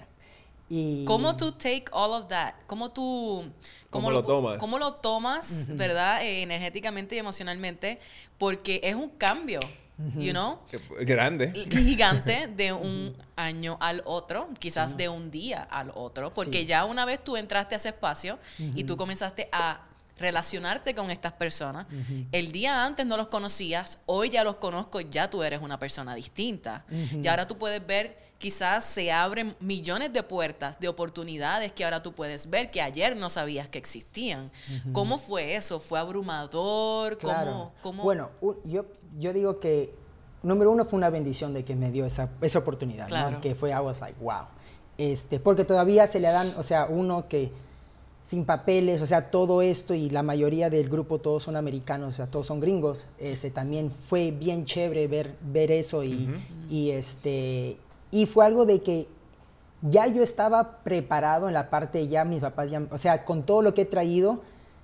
Y ¿Cómo tú take all of that? ¿Cómo tú... ¿Cómo lo tomas? ¿Cómo lo tomas, verdad? Eh, energéticamente y emocionalmente. Porque es un cambio, you know? Que- Grande. Gigante de un año al otro, quizás de un día al otro. Porque Sí. ya una vez tú entraste a ese espacio y tú comenzaste a relacionarte con estas personas. El día antes no los conocías, hoy ya los conozco, ya tú eres una persona distinta. Y ahora tú puedes ver, quizás se abren millones de puertas, de oportunidades que ahora tú puedes ver que ayer no sabías que existían. ¿Cómo fue eso? ¿Fue abrumador? claro. ¿Cómo, cómo? Bueno, u- yo, yo digo que, número uno, fue una bendición de que me dio esa, esa oportunidad, ¿no? Claro. Que fue, I was like, wow. Este, porque todavía se le dan, o sea, uno que sin papeles, o sea, todo esto, y la mayoría del grupo todos son americanos, o sea, todos son gringos. Este, también fue bien chévere ver, ver eso y, uh-huh. y, este, y fue algo de que ya yo estaba preparado en la parte, ya mis papás, ya, o sea, con todo lo que he traído,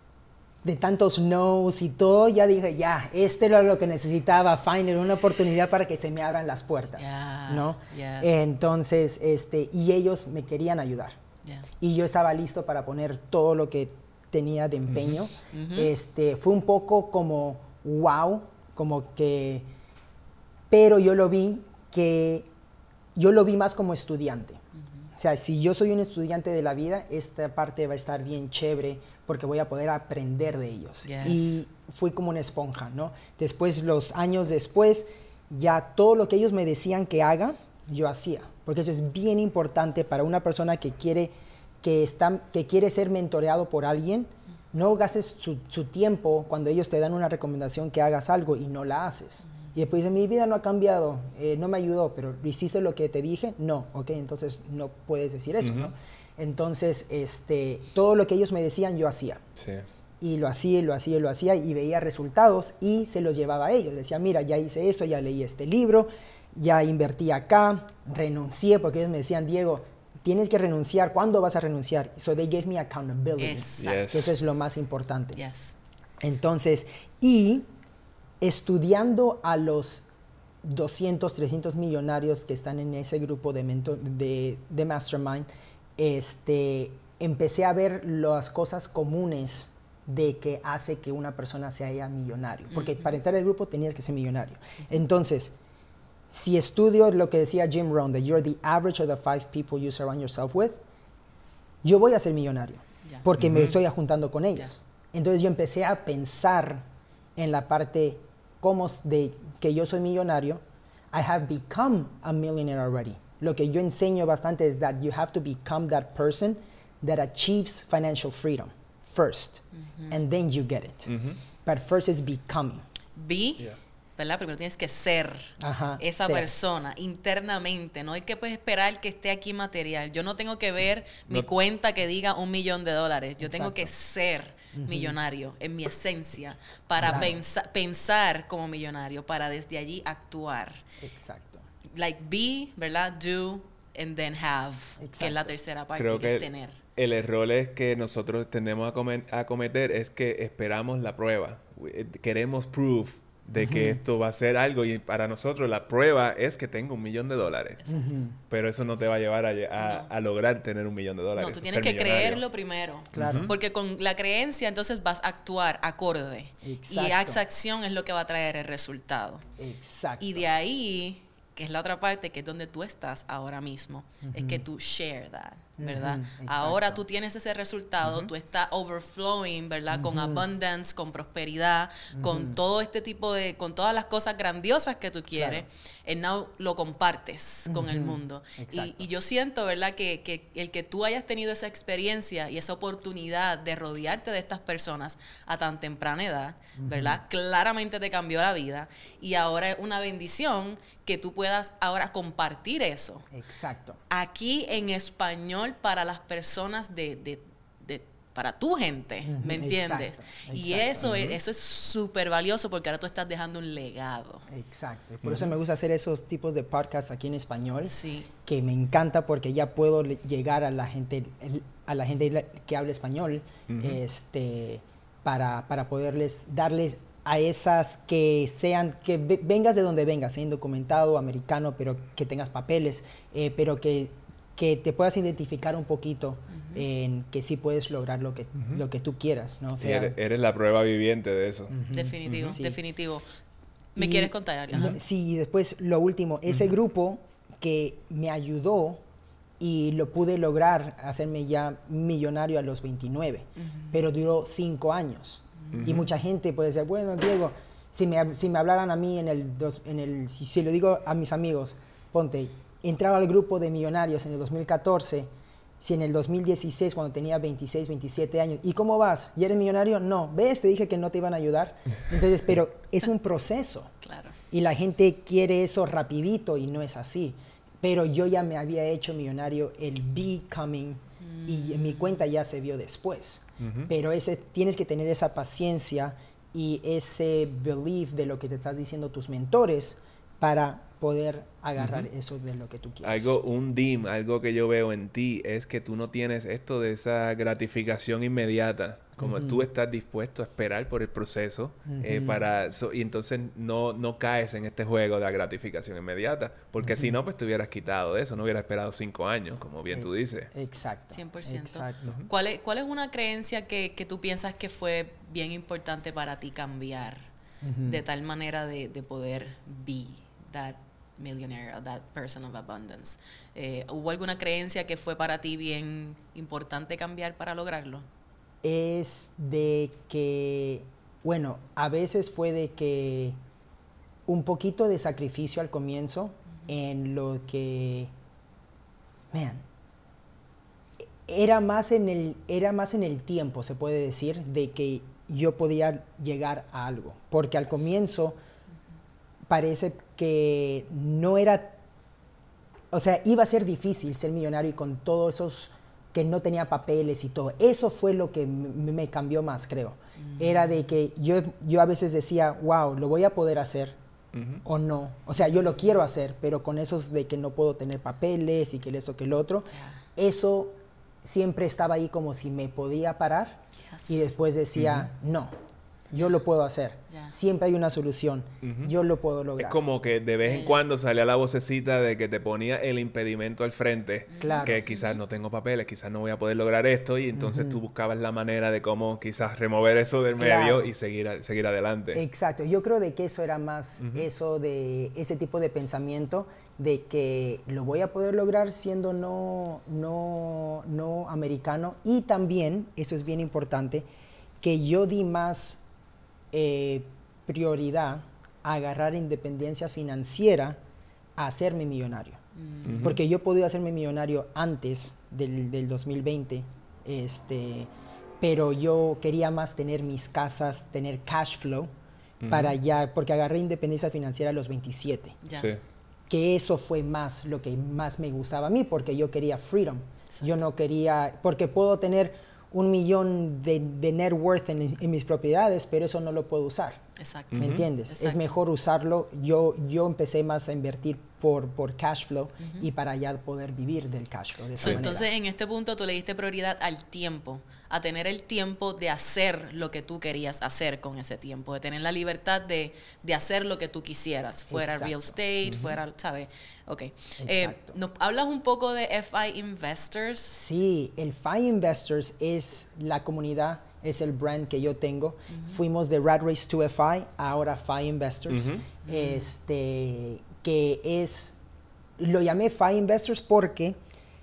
de tantos no's y todo, ya dije, ya, este era lo que necesitaba, finally, una oportunidad para que se me abran las puertas, yeah, ¿no? Yes. Entonces, este, y ellos me querían ayudar. Yeah. Y yo estaba listo para poner todo lo que tenía de empeño. Uh-huh. Este, fue un poco como, wow, como que, pero yo lo vi que, yo lo vi más como estudiante. Uh-huh. O sea, si yo soy un estudiante de la vida, esta parte va a estar bien chévere, porque voy a poder aprender de ellos. Yes. Y fui como una esponja, ¿no? Después, los años después, ya todo lo que ellos me decían que haga, yo hacía. Porque eso es bien importante para una persona que quiere, que está, que quiere ser mentoreado por alguien. No gastes su, su tiempo cuando ellos te dan una recomendación que hagas algo y no la haces. Mm. Y después dices, mi vida no ha cambiado, eh, no me ayudó, pero ¿hiciste lo que te dije? No, ok, entonces no puedes decir eso, uh-huh. ¿no? Entonces, este, todo lo que ellos me decían, yo hacía. Sí. Y lo hacía, y lo hacía, y lo hacía, y veía resultados, y se los llevaba a ellos. Decía, mira, ya hice esto, ya leí este libro, ya invertí acá, renuncié, porque ellos me decían, Diego, tienes que renunciar. ¿Cuándo vas a renunciar? So they gave me accountability. Exacto. Eso es lo más importante. Yes. Entonces, y estudiando a los doscientos, trescientos millonarios que están en ese grupo de, mentor, de, de Mastermind, este, empecé a ver las cosas comunes de que hace que una persona se haya millonario. Porque uh-huh. para entrar al grupo tenías que ser millonario. Uh-huh. Entonces, si estudio lo que decía Jim Rohn, that you're the average of the five people you surround yourself with, yo voy a ser millonario. Yeah. Porque uh-huh. me estoy juntando con ellos. Yeah. Entonces yo empecé a pensar en la parte como de que yo soy millonario. I have become a millionaire already. Lo que yo enseño bastante es that you have to become that person that achieves financial freedom first, mm-hmm. and then you get it. Mm-hmm. But first is becoming. Be, yeah. ¿verdad? Primero tienes que ser Ajá, esa ser. persona internamente. No hay que pues, esperar que esté aquí material. Yo no tengo que ver no. mi cuenta que diga un millón de dólares. Yo Exacto. tengo que ser uh-huh. millonario en mi esencia para claro. pensa- pensar como millonario, para desde allí actuar. Exacto. Like be, ¿verdad? Do, and then have, Exacto. que es la tercera parte, Creo que, que es tener. El error es que nosotros tendemos a, comer, a cometer es que esperamos la prueba. Queremos proof de uh-huh. que esto va a ser algo, y para nosotros la prueba es que tengo un millón de dólares. Uh-huh. Pero eso no te va a llevar a, a, no. a lograr tener un millón de dólares. No, tú tienes que millonario. creerlo primero. Claro. Uh-huh. Porque con la creencia entonces vas a actuar acorde. Exacto. Y esa acción es lo que va a traer el resultado. Exacto. Y de ahí, que es la otra parte, que es donde tú estás ahora mismo, uh-huh. es que tú share that, ¿verdad? Uh-huh. Ahora tú tienes ese resultado, uh-huh. tú estás overflowing, ¿verdad? Uh-huh. Con abundance, con prosperidad, uh-huh. con todo este tipo de, con todas las cosas grandiosas que tú quieres, y now lo compartes uh-huh. con el mundo. Y, y yo siento, ¿verdad? Que, que el que tú hayas tenido esa experiencia y esa oportunidad de rodearte de estas personas a tan temprana edad, uh-huh. ¿verdad? Claramente te cambió la vida, y ahora es una bendición que tú puedas ahora compartir eso. Exacto. Aquí en español para las personas de, de, de para tu gente, uh-huh. ¿me entiendes? Exacto. Y Exacto. eso uh-huh. es eso es súper valioso, porque ahora tú estás dejando un legado. Exacto. Por uh-huh. eso me gusta hacer esos tipos de podcasts aquí en español. Sí. Que me encanta, porque ya puedo llegar a la gente a la gente que habla español, uh-huh. este para para poderles darles a esas que sean, que vengas de donde vengas, sea indocumentado, americano, pero que tengas papeles, eh, pero que, que te puedas identificar un poquito uh-huh. en que sí puedes lograr lo que, uh-huh. lo que tú quieras, ¿no? O sea, eres, eres la prueba viviente de eso. Uh-huh. Definitivo, uh-huh. definitivo. ¿Me y, quieres contar algo? No, sí, y después lo último, ese uh-huh. grupo que me ayudó y lo pude lograr hacerme ya millonario a los veintinueve, uh-huh. pero duró cinco años. Uh-huh. Y mucha gente puede decir, bueno, Diego, si me, si me hablaran a mí en el, dos, en el si, si lo digo a mis amigos, ponte, entraba al grupo de millonarios en el dos mil catorce, si en el dos mil dieciséis, cuando tenía veintiséis, veintisiete años, ¿y cómo vas? ¿Ya eres millonario? No, ¿ves? Te dije que no te iban a ayudar. Entonces, pero es un proceso. Claro. Y la gente quiere eso rapidito, y no es así. Pero yo ya me había hecho millonario el becoming Mm. Y en mi cuenta ya se vio después. Uh-huh. Pero ese, tienes que tener esa paciencia y ese belief de lo que te están diciendo tus mentores para poder agarrar uh-huh. eso de lo que tú quieres. Algo, un D I M, algo que yo veo en ti es que tú no tienes esto de esa gratificación inmediata. Como uh-huh. tú estás dispuesto a esperar por el proceso uh-huh. eh, para... So, y entonces no, no caes en este juego de la gratificación inmediata. Porque uh-huh. si no, pues te hubieras quitado de eso. No hubieras esperado cinco años, como bien Ex- tú dices. Exacto. cien por ciento. Exacto. Uh-huh. ¿Cuál es, cuál es una creencia que, que tú piensas que fue bien importante para ti cambiar? Uh-huh. De tal manera de, de poder be that millionaire or that person of abundance. Eh, ¿Hubo alguna creencia que fue para ti bien importante cambiar para lograrlo? Es de que, bueno, a veces fue de que un poquito de sacrificio al comienzo uh-huh. en lo que, man, era más en el, era más en el tiempo, se puede decir, de que yo podía llegar a algo. Porque al comienzo uh-huh. parece que no era, o sea, iba a ser difícil ser millonario y con todos esos que no tenía papeles y todo. Eso fue lo que m- me cambió más, creo. Mm. Era de que yo, yo a veces decía, wow, lo voy a poder hacer uh-huh. o no. O sea, yo lo quiero hacer, pero con esos de que no puedo tener papeles y que esto, que el otro, yeah. eso siempre estaba ahí como si me podía parar yes. y después decía, uh-huh. no. Yo lo puedo hacer. Yeah. Siempre hay una solución. Uh-huh. Yo lo puedo lograr. Es como que de vez en cuando salía la vocecita de que te ponía el impedimento al frente. Claro. Que quizás no tengo papeles, quizás no voy a poder lograr esto. Y entonces uh-huh. tú buscabas la manera de cómo quizás remover eso del claro. medio y seguir, a, seguir adelante. Exacto. Yo creo de que eso era más uh-huh. eso de ese tipo de pensamiento de que lo voy a poder lograr siendo no, no, no americano. Y también, eso es bien importante, que yo di más Eh, prioridad a agarrar independencia financiera a hacerme millonario. Uh-huh. Porque yo podía hacerme millonario antes del, del dos mil veinte, este, pero yo quería más tener mis casas, tener cash flow, uh-huh. para ya, porque agarré independencia financiera a los veintisiete. Ya. Sí. Que eso fue más lo que más me gustaba a mí, porque yo quería freedom. Exacto. Yo no quería, porque puedo tener un millón de, de net worth en, en mis propiedades, pero eso no lo puedo usar. Exacto. ¿Me uh-huh. entiendes? Exacto. Es mejor usarlo. Yo, yo empecé más a invertir por, por cash flow uh-huh. y para ya poder vivir del cash flow de esa so, manera. Entonces, en este punto tú le diste prioridad al tiempo, a tener el tiempo de hacer lo que tú querías hacer con ese tiempo, de tener la libertad de, de hacer lo que tú quisieras, fuera Exacto. real estate, uh-huh. fuera, ¿sabes? Ok. Eh, Exacto. ¿nos hablas un poco de F I Investors? Sí, el F I Investors es la comunidad, es el brand que yo tengo. Uh-huh. Fuimos de Rat Race to F I, ahora F I Investors. Uh-huh. Este, que es, lo llamé F I Investors porque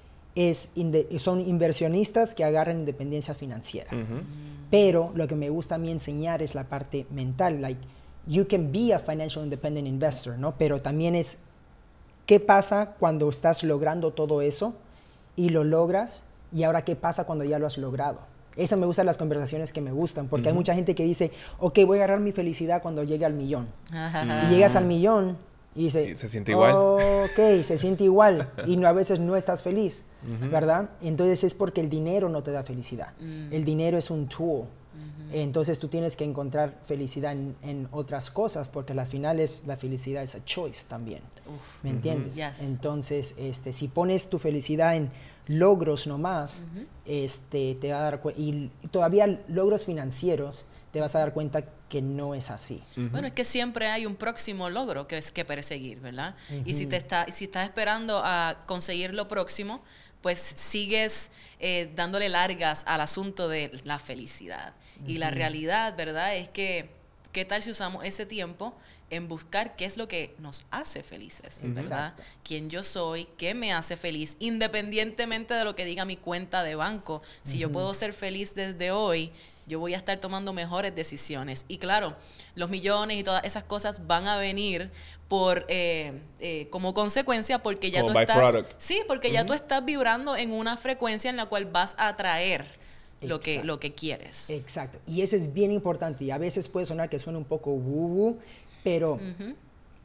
es inde, son inversionistas que agarran independencia financiera. Uh-huh. Pero lo que me gusta a mí enseñar es la parte mental, like, you can be a financial independent investor, ¿no? Pero también es, ¿qué pasa cuando estás logrando todo eso y lo logras? Y ahora, ¿qué pasa cuando ya lo has logrado? Esas me gustan las conversaciones que me gustan, porque uh-huh. hay mucha gente que dice, ok, voy a agarrar mi felicidad cuando llegue al millón. Uh-huh. Y llegas al millón y dice, y se siente igual. Ok, se siente igual. Y no, a veces no estás feliz, uh-huh. ¿verdad? Entonces es porque el dinero no te da felicidad. Uh-huh. El dinero es un tool. Uh-huh. Entonces tú tienes que encontrar felicidad en, en otras cosas, porque al final es, la felicidad es a choice también. Uf. ¿Me entiendes? Uh-huh. Yes. Entonces, este, si pones tu felicidad en logros nomás, uh-huh. este, te va a dar cu- y todavía logros financieros, te vas a dar cuenta que no es así. Uh-huh. Bueno, es que siempre hay un próximo logro que es que perseguir, ¿verdad? Uh-huh. Y si te está, si estás esperando a conseguir lo próximo, pues sigues eh, dándole largas al asunto de la felicidad. Uh-huh. Y la realidad, ¿verdad? Es que, ¿qué tal si usamos ese tiempo en buscar qué es lo que nos hace felices, ¿verdad? Exacto. Quién yo soy, qué me hace feliz, independientemente de lo que diga mi cuenta de banco. Si uh-huh. yo puedo ser feliz desde hoy, yo voy a estar tomando mejores decisiones. Y claro, los millones y todas esas cosas van a venir por eh, eh, como consecuencia porque ya como tú estás... byproduct. Sí, porque uh-huh. ya tú estás vibrando en una frecuencia en la cual vas a atraer lo que, lo que quieres. Exacto. Y eso es bien importante. Y a veces puede sonar que suena un poco woo-woo, pero uh-huh.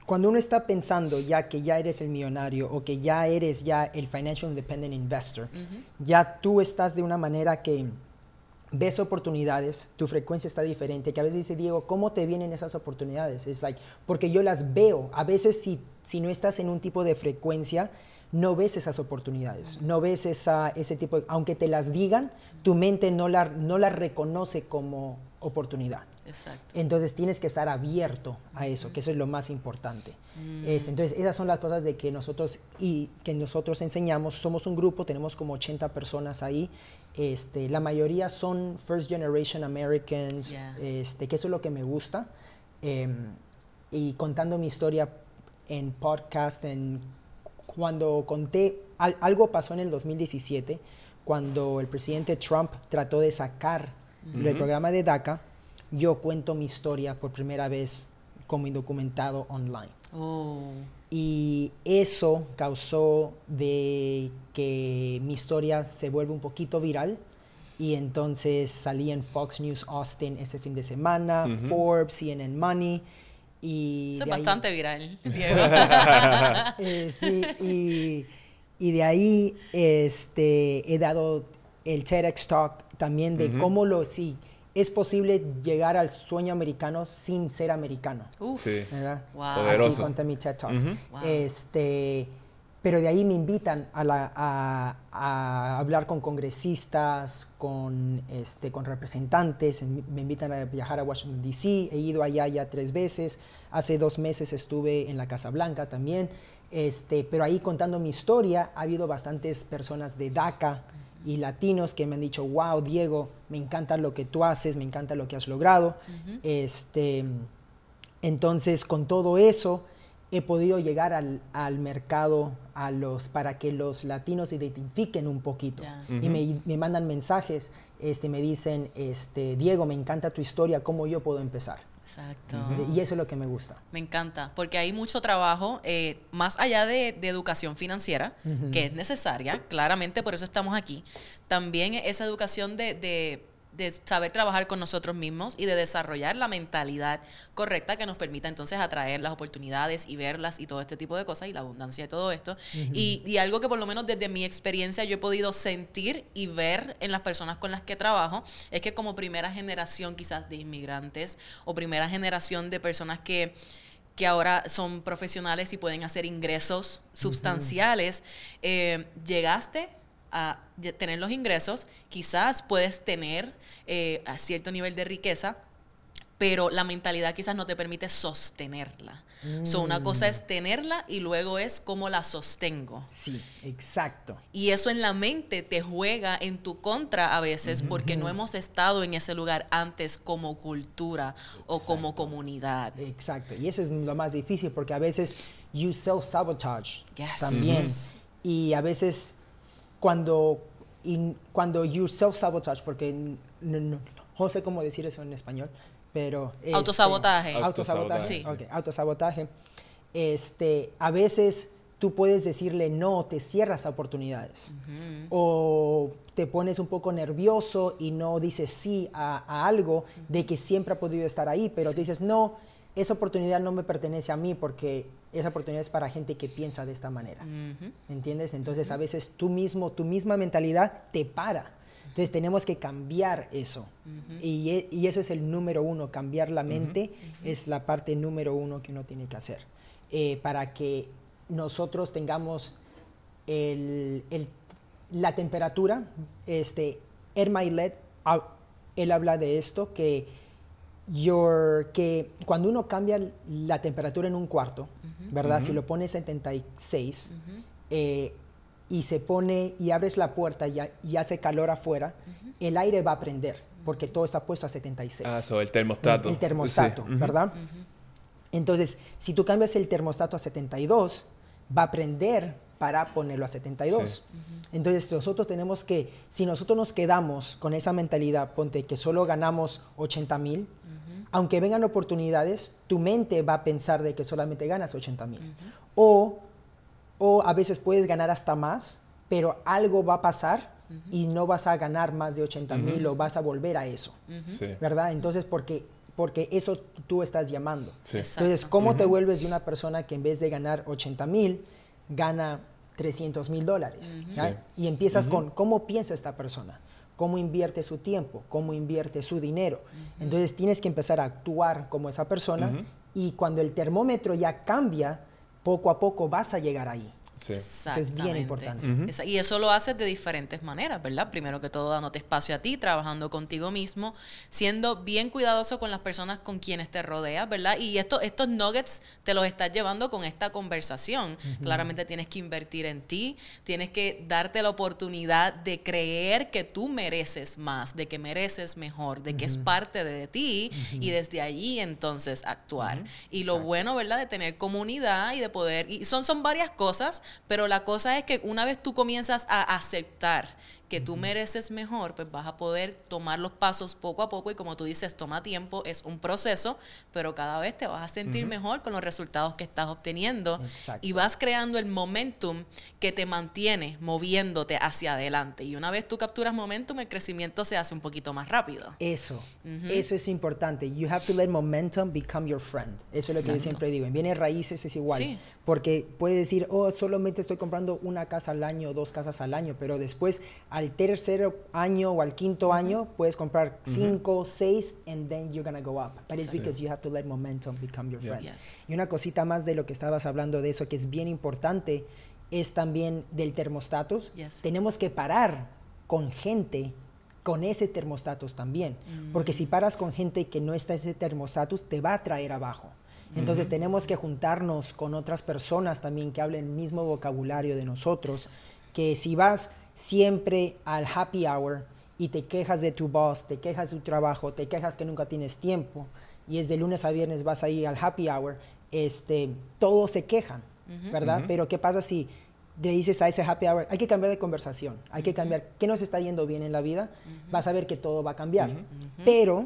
cuando uno está pensando ya que ya eres el millonario o que ya eres ya el financial independent investor, uh-huh. ya tú estás de una manera que ves oportunidades, tu frecuencia está diferente, que a veces dice, Diego, ¿cómo te vienen esas oportunidades? Es like, porque yo las veo. A veces si, si no estás en un tipo de frecuencia, no ves esas oportunidades, no ves esa, ese tipo de, aunque te las digan, tu mente no la, no la reconoce como oportunidad. Exacto. Entonces tienes que estar abierto a eso, mm. que eso es lo más importante. Mm. Es, entonces esas son las cosas de que nosotros, y que nosotros enseñamos. Somos un grupo, tenemos como ochenta personas ahí. Este, la mayoría son First Generation Americans, yeah. este, que eso es lo que me gusta. Eh, y contando mi historia en podcast, en, cuando conté, al, algo pasó en el dos mil diecisiete, cuando el presidente Trump trató de sacar uh-huh. el programa de DACA, yo cuento mi historia por primera vez como indocumentado online. Oh. Y eso causó de que mi historia se vuelva un poquito viral. Y entonces salí en Fox News Austin ese fin de semana, uh-huh. Forbes, C N N Money. Y eso es ahí, bastante viral, Diego. eh, sí, y, y de ahí este, he dado el TEDx Talk también de uh-huh. cómo lo... Sí, es posible llegar al sueño americano sin ser americano. Uf. Sí. ¿Verdad? Wow. Poderoso. Así conté mi TED Talk. Uh-huh. Wow. Este, pero de ahí me invitan a, la, a, a hablar con congresistas, con, este, con representantes, me invitan a viajar a Washington, D C He ido allá ya tres veces. Hace dos meses estuve en la Casa Blanca también. Este, pero ahí contando mi historia, ha habido bastantes personas de DACA y latinos que me han dicho, wow, Diego, me encanta lo que tú haces, me encanta lo que has logrado. Uh-huh. Este, entonces, con todo eso, he podido llegar al, al mercado a los, para que los latinos se identifiquen un poquito. Yeah. Uh-huh. Y me, me mandan mensajes, este, me dicen, este, Diego, me encanta tu historia, ¿cómo yo puedo empezar? Exacto. Y eso es lo que me gusta. Me encanta, porque hay mucho trabajo, eh, más allá de, de educación financiera, uh-huh. que es necesaria, claramente por eso estamos aquí. También esa educación de, de, de saber trabajar con nosotros mismos y de desarrollar la mentalidad correcta que nos permita entonces atraer las oportunidades y verlas y todo este tipo de cosas y la abundancia de todo esto. Uh-huh. Y, y algo que por lo menos desde mi experiencia yo he podido sentir y ver en las personas con las que trabajo es que como primera generación quizás de inmigrantes o primera generación de personas que que ahora son profesionales y pueden hacer ingresos sustanciales, uh-huh. eh, llegaste a tener los ingresos, quizás puedes tener eh, a cierto nivel de riqueza, pero la mentalidad quizás no te permite sostenerla. Mm. So, una cosa es tenerla y luego es cómo la sostengo. Sí, exacto. Y eso en la mente te juega en tu contra a veces, uh-huh. porque no hemos estado en ese lugar antes como cultura exacto. o como comunidad. Exacto. Y eso es lo más difícil porque a veces you self-sabotage yes. también. Mm-hmm. Y a veces cuando, in, cuando you self-sabotage, porque no, no, no sé cómo decir eso en español, pero... Este, autosabotaje. Autosabotaje. Sí. Okay, autosabotaje. Este, a veces tú puedes decirle no, te cierras a oportunidades. Uh-huh. O te pones un poco nervioso y no dices sí a, a algo uh-huh. de que siempre ha podido estar ahí, pero sí. te dices no, esa oportunidad no me pertenece a mí porque esa oportunidad es para gente que piensa de esta manera. Uh-huh. ¿Entiendes? Entonces uh-huh. a veces tú mismo, tu misma mentalidad te para. Entonces tenemos que cambiar eso. Uh-huh. y, y eso es el número uno, cambiar la mente uh-huh. es la parte número uno que uno tiene que hacer. Eh, para que nosotros tengamos el, el, la temperatura. Este, Ed Mylett, él habla de esto, que, your, que cuando uno cambia la temperatura en un cuarto, uh-huh. ¿verdad? Uh-huh. Si lo pones setenta y seis, uh-huh. eh, y se pone y abres la puerta y, y hace calor afuera, uh-huh. el aire va a prender porque todo está puesto a setenta y seis. Ah, so, el termostato. El, el termostato, sí. ¿verdad? Uh-huh. Entonces, si tú cambias el termostato a setenta y dos, va a prender para ponerlo a setenta y dos. Sí. Uh-huh. Entonces, nosotros tenemos que, si nosotros nos quedamos con esa mentalidad, ponte que solo ganamos ochenta mil, uh-huh. aunque vengan oportunidades, tu mente va a pensar de que solamente ganas ochenta mil. Uh-huh. O... O a veces puedes ganar hasta más, pero algo va a pasar uh-huh. y no vas a ganar más de ochenta mil uh-huh. o vas a volver a eso, uh-huh. sí. ¿verdad? Entonces, porque porque eso tú estás llamando. Sí. Entonces, ¿cómo uh-huh. te vuelves de una persona que en vez de ganar ochenta mil, gana trescientos mil dólares? Uh-huh. Sí. Y empiezas uh-huh. con cómo piensa esta persona, cómo invierte su tiempo, cómo invierte su dinero. Uh-huh. Entonces, tienes que empezar a actuar como esa persona uh-huh. y cuando el termómetro ya cambia, poco a poco vas a llegar ahí. Sí. Eso es bien importante. Uh-huh. Y eso lo haces de diferentes maneras, ¿verdad? Primero que todo, dándote espacio a ti, trabajando contigo mismo, siendo bien cuidadoso con las personas con quienes te rodeas, ¿verdad? Y esto, estos nuggets te los estás llevando con esta conversación. Uh-huh. Claramente tienes que invertir en ti, tienes que darte la oportunidad de creer que tú mereces más, de que mereces mejor, de que uh-huh. es parte de ti uh-huh. y desde allí entonces actuar. Uh-huh. Y lo Exacto. bueno, ¿verdad? De tener comunidad y de poder... Y son, son varias cosas, pero la cosa es que una vez tú comienzas a aceptar que tú mereces mejor, pues vas a poder tomar los pasos poco a poco y como tú dices, toma tiempo, es un proceso, pero cada vez te vas a sentir uh-huh. mejor con los resultados que estás obteniendo. Exacto. Y vas creando el momentum que te mantiene moviéndote hacia adelante. Y una vez tú capturas momentum, el crecimiento se hace un poquito más rápido. Eso, uh-huh. eso es importante. You have to let momentum become your friend. Eso es lo Exacto. que yo siempre digo. En bienes raíces es igual. Sí. Porque puedes decir, oh, solamente estoy comprando una casa al año, dos casas al año, pero después al tercer año o al quinto uh-huh. año puedes comprar uh-huh. cinco, seis, and then you're gonna go up. But it's sí. because you have to let momentum become your friend. Yeah. Yes. Y una cosita más de lo que estabas hablando de eso, que es bien importante, es también del termostatus. Yes. Tenemos que parar con gente con ese termostatus también. Mm. Porque si paras con gente que no está en ese termostatus, te va a traer abajo. Entonces uh-huh. tenemos que juntarnos con otras personas también que hablen el mismo vocabulario de nosotros, que si vas siempre al happy hour y te quejas de tu boss, te quejas de tu trabajo, te quejas que nunca tienes tiempo y es de lunes a viernes vas a ir al happy hour, este, todos se quejan, uh-huh. ¿verdad? Uh-huh. Pero ¿qué pasa si le dices a ese happy hour, hay que cambiar de conversación, hay uh-huh. que cambiar, ¿qué nos está yendo bien en la vida? Uh-huh. Vas a ver que todo va a cambiar. Uh-huh. Pero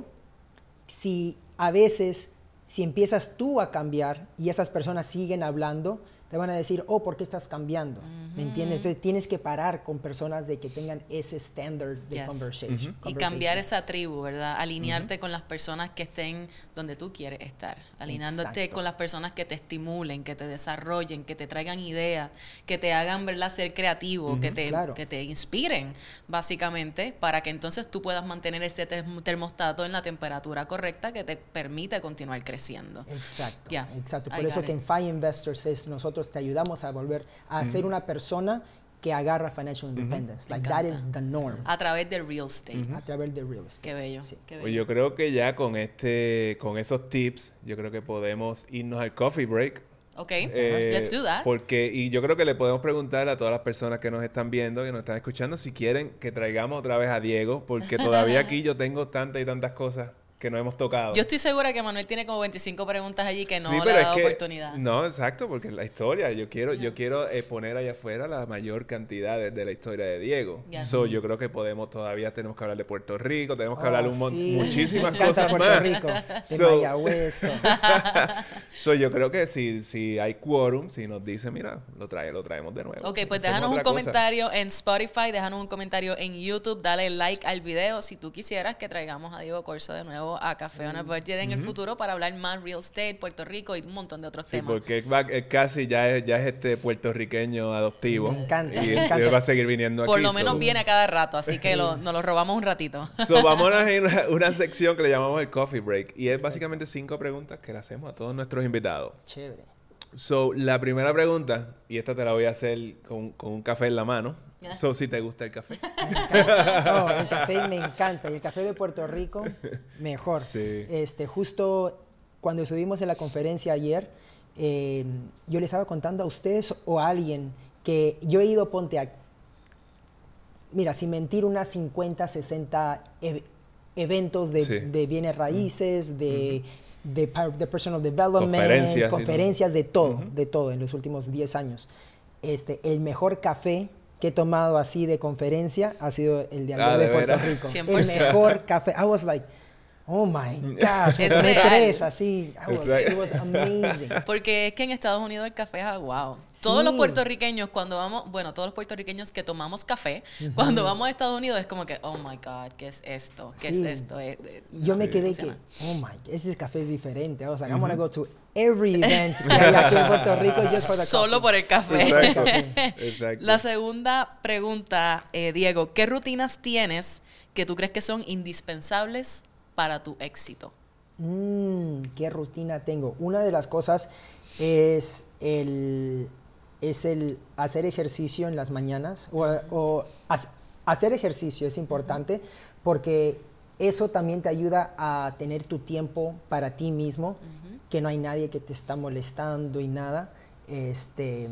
si a veces... Si empiezas tú a cambiar y esas personas siguen hablando, te van a decir, oh, ¿por qué estás cambiando? Uh-huh. ¿Me entiendes? Entonces tienes que parar con personas de que tengan ese estándar de yes. conversation, uh-huh. conversation. Y cambiar esa tribu, ¿verdad? Alinearte uh-huh. con las personas que estén donde tú quieres estar. Alineándote Exacto. con las personas que te estimulen, que te desarrollen, que te traigan ideas, que te hagan, ¿verdad?, ser creativo, uh-huh. que, te, claro. que te inspiren, básicamente, para que entonces tú puedas mantener ese termostato en la temperatura correcta que te permite continuar creciendo. Exacto. Yeah. Exacto. Por I eso que en Fi Investors es nosotros te ayudamos a volver a mm-hmm. ser una persona que agarra financial independence. Mm-hmm. Like that is the norm. A través del real estate. Mm-hmm. A través del real estate. Qué bello. Sí. Qué bello. Pues yo creo que ya con este, con esos tips, yo creo que podemos irnos al coffee break. Ok, eh, let's do that. Porque, y yo creo que le podemos preguntar a todas las personas que nos están viendo, que nos están escuchando, si quieren que traigamos otra vez a Diego, porque todavía aquí yo tengo tantas y tantas cosas que no hemos tocado. Yo estoy segura que Manuel tiene como veinticinco preguntas allí que no sí, le ha dado es que, oportunidad. No, exacto, porque la historia, yo quiero, yeah. yo quiero eh, poner allá afuera la mayor cantidad de, de la historia de Diego. Yes. So, yo creo que podemos, todavía tenemos que hablar de Puerto Rico, tenemos que oh, hablar un mon- sí. muchísimas Me cosas Puerto más. Rico, de so, Mayagüez. so, yo creo que si, si hay quórum, si nos dice, mira, lo trae, lo traemos de nuevo. Ok, pues déjanos un cosa. comentario en Spotify, déjanos un comentario en YouTube, dale like al video si tú quisieras que traigamos a Diego Corso de nuevo a Café on a Budget en uh-huh. el futuro para hablar más real estate, Puerto Rico y un montón de otros sí, temas. Porque va, casi ya es, ya es este puertorriqueño adoptivo. Me encanta. Y me encanta. va a seguir viniendo Por aquí. Por lo menos so. viene a cada rato, así que lo, nos lo robamos un ratito. So, vamos a ir a una sección que le llamamos el coffee break. Y es básicamente cinco preguntas que le hacemos a todos nuestros invitados. Chévere. So, la primera pregunta, y esta te la voy a hacer con, con un café en la mano. Yeah. So, si te gusta el café. Me encanta. Oh, el café me encanta. Y el café de Puerto Rico, mejor. Sí. Este, justo cuando estuvimos en la conferencia ayer, eh, yo les estaba contando a ustedes o a alguien que yo he ido, ponte a, mira, sin mentir, unas cincuenta, sesenta e- eventos de, sí. de bienes raíces, de... Mm-hmm. De, de personal development, conferencias, conferencias de todo, uh-huh. de todo en los últimos diez años. Este, el mejor café que he tomado así de conferencia ha sido el de, ah, de, de Puerto veras. Rico. cien por ciento. El mejor café. I was like, Oh my gosh, Es me real. tres así. I was, Exacto. it was amazing. Porque es que en Estados Unidos el café es wow. Todos Sí. los puertorriqueños cuando vamos, bueno, todos los puertorriqueños que tomamos café, cuando vamos a Estados Unidos es como que, oh my God, ¿qué es esto? ¿Qué Sí. es esto? Eh, eh, Yo me sí, quedé que, funciona. oh my, ese café es diferente. I was like, I'm gonna go to every event que hay aquí en Puerto Rico just for the Solo coffee. por el café. Exacto. Café. Exacto. La segunda pregunta, eh, Diego, ¿qué rutinas tienes que tú crees que son indispensables para tu éxito? Mm, ¿qué rutina tengo? Una de las cosas es el, es el hacer ejercicio en las mañanas. O, o ha- hacer ejercicio es importante porque eso también te ayuda a tener tu tiempo para ti mismo, que no hay nadie que te está molestando y nada, este,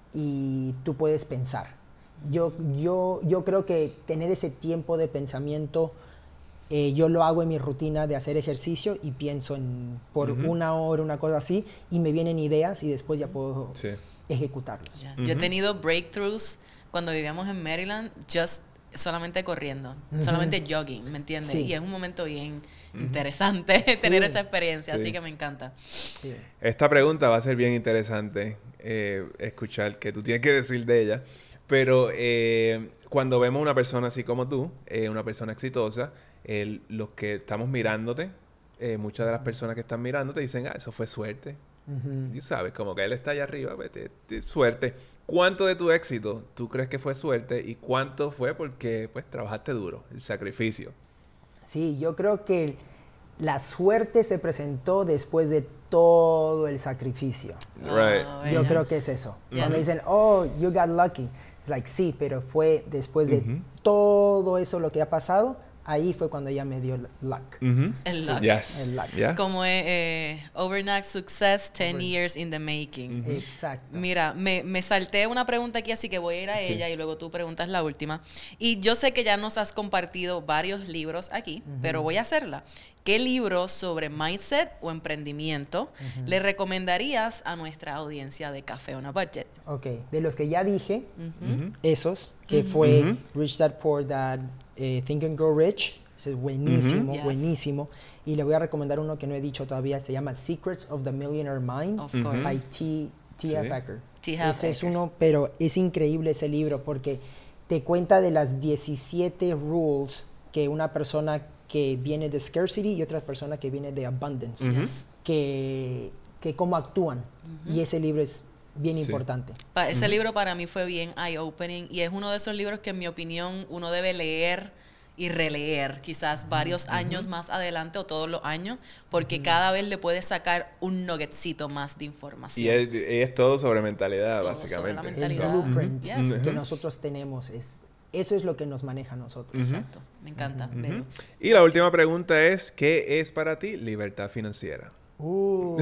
y tú puedes pensar. Yo, yo, yo creo que tener ese tiempo de pensamiento, eh, yo lo hago en mi rutina de hacer ejercicio y pienso en, por Ujú. una hora, una cosa así, y me vienen ideas y después ya puedo Sí. ejecutarlos. Ya. Yo he tenido breakthroughs cuando vivíamos en Maryland, just solamente corriendo, solamente jogging, ¿me entiendes? Sí. Y es un momento bien interesante tener Sí. esa experiencia, Sí. así que me encanta. Sí. Esta pregunta va a ser bien interesante eh, escuchar que tú tienes que decir de ella. Pero eh, cuando vemos una persona así como tú, eh, una persona exitosa, el- los que estamos mirándote, eh, muchas de las personas que están mirándote dicen, ah, eso fue suerte. Ujú. Y sabes, como que él está allá arriba, pues, te- te- suerte. ¿Cuánto de tu éxito tú crees que fue suerte y cuánto fue porque pues trabajaste duro, el sacrificio? Sí, yo creo que la suerte se presentó después de todo el sacrificio. Right. Oh, Yo bella. creo que es eso. Yes. Cuando dicen, oh, you got lucky. Es like, sí, pero fue después de Ujú. todo eso lo que ha pasado, ahí fue cuando ella me dio luck. Ujú. El luck. Yes. El luck. Yeah. Como es eh, Overnight Success, ten years in the making. Exacto. Mira, me, me salté una pregunta aquí, así que voy a ir a Sí. ella y luego tú preguntas la última. Y yo sé que ya nos has compartido varios libros aquí, pero voy a hacerla. ¿Qué libro sobre mindset o emprendimiento le recomendarías a nuestra audiencia de Café on a Budget? Ok, de los que ya dije, Ujú. esos, que fue Ujú. Rich Dad Poor Dad, eh, Think and Grow Rich, ese es buenísimo, Yes. buenísimo. Y le voy a recomendar uno que no he dicho todavía, se llama Secrets of the Millionaire Mind, Of Ujú. course. by T. T. Sí. F. Ecker. T. F. Ese es Ecker. uno, pero es increíble ese libro porque te cuenta de las diecisiete rules que una persona que viene de scarcity y otra persona que viene de abundance, Ujú. Yes. que, que cómo actúan. Y ese libro es bien Sí. importante. Pa- ese libro para mí fue bien eye-opening y es uno de esos libros que en mi opinión uno debe leer y releer quizás varios años más adelante o todos los años porque cada vez le puedes sacar un nuggetcito más de información. Y es, y es todo sobre mentalidad, Todo sobre básicamente. la El mentalidad. blueprint Yes. que Ujú. nosotros tenemos, es, eso es lo que nos maneja a nosotros. Exacto, me encanta. bello. Y la última pregunta es, ¿qué es para ti libertad financiera? Uh,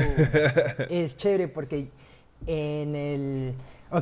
es chévere porque en el... Ok.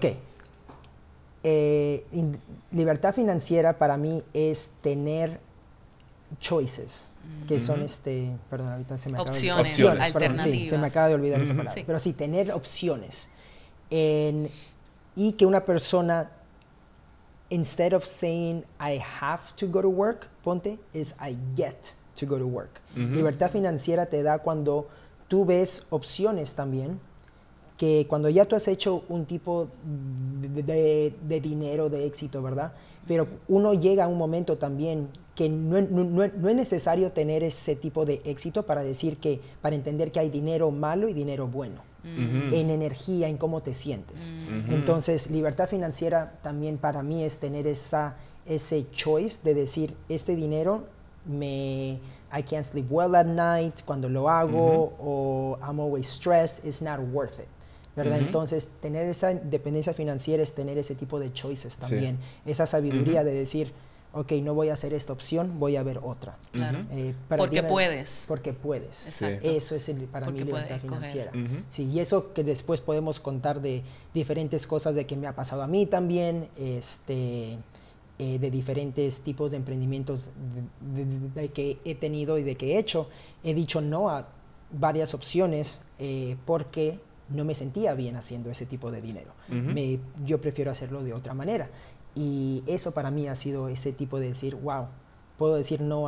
Eh, in- libertad financiera para mí es tener choices, que son este... Perdón, ahorita se me acaba de olvidar. Opciones, Opciones, perdón, sí, alternativas. se me acaba de olvidar esa Ujú. palabra. Sí. Pero sí, tener opciones. En- y que una persona, instead of saying I have to go to work, ponte, es I get to go to work. Libertad financiera te da cuando tú ves opciones también, que cuando ya tú has hecho un tipo de, de- de dinero, de éxito, ¿verdad? Pero uno llega a un momento también que no, no- no- no es necesario tener ese tipo de éxito para decir que, para entender que hay dinero malo y dinero bueno. En energía, en cómo te sientes. Entonces, libertad financiera también para mí es tener esa, ese choice de decir, este dinero me... I can't sleep well at night cuando lo hago, o I'm always stressed, it's not worth it. ¿Verdad? Entonces, tener esa independencia financiera es tener ese tipo de choices también. Esa sabiduría de decir, ok, no voy a hacer esta opción, voy a ver otra. Claro. Eh, para Porque ti, puedes. Porque puedes. Exacto. Eso es el- para Porque mí libertad puedes escoger. financiera. Ujú. Sí, y eso que después podemos contar de diferentes cosas de que me ha pasado a mí también, este, eh, de diferentes tipos de emprendimientos de, de- de que he tenido y de que he hecho. He dicho no a varias opciones eh, porque no me sentía bien haciendo ese tipo de dinero. Me- yo prefiero hacerlo de otra manera. Y eso para mí ha sido ese tipo de decir, wow, puedo decir no a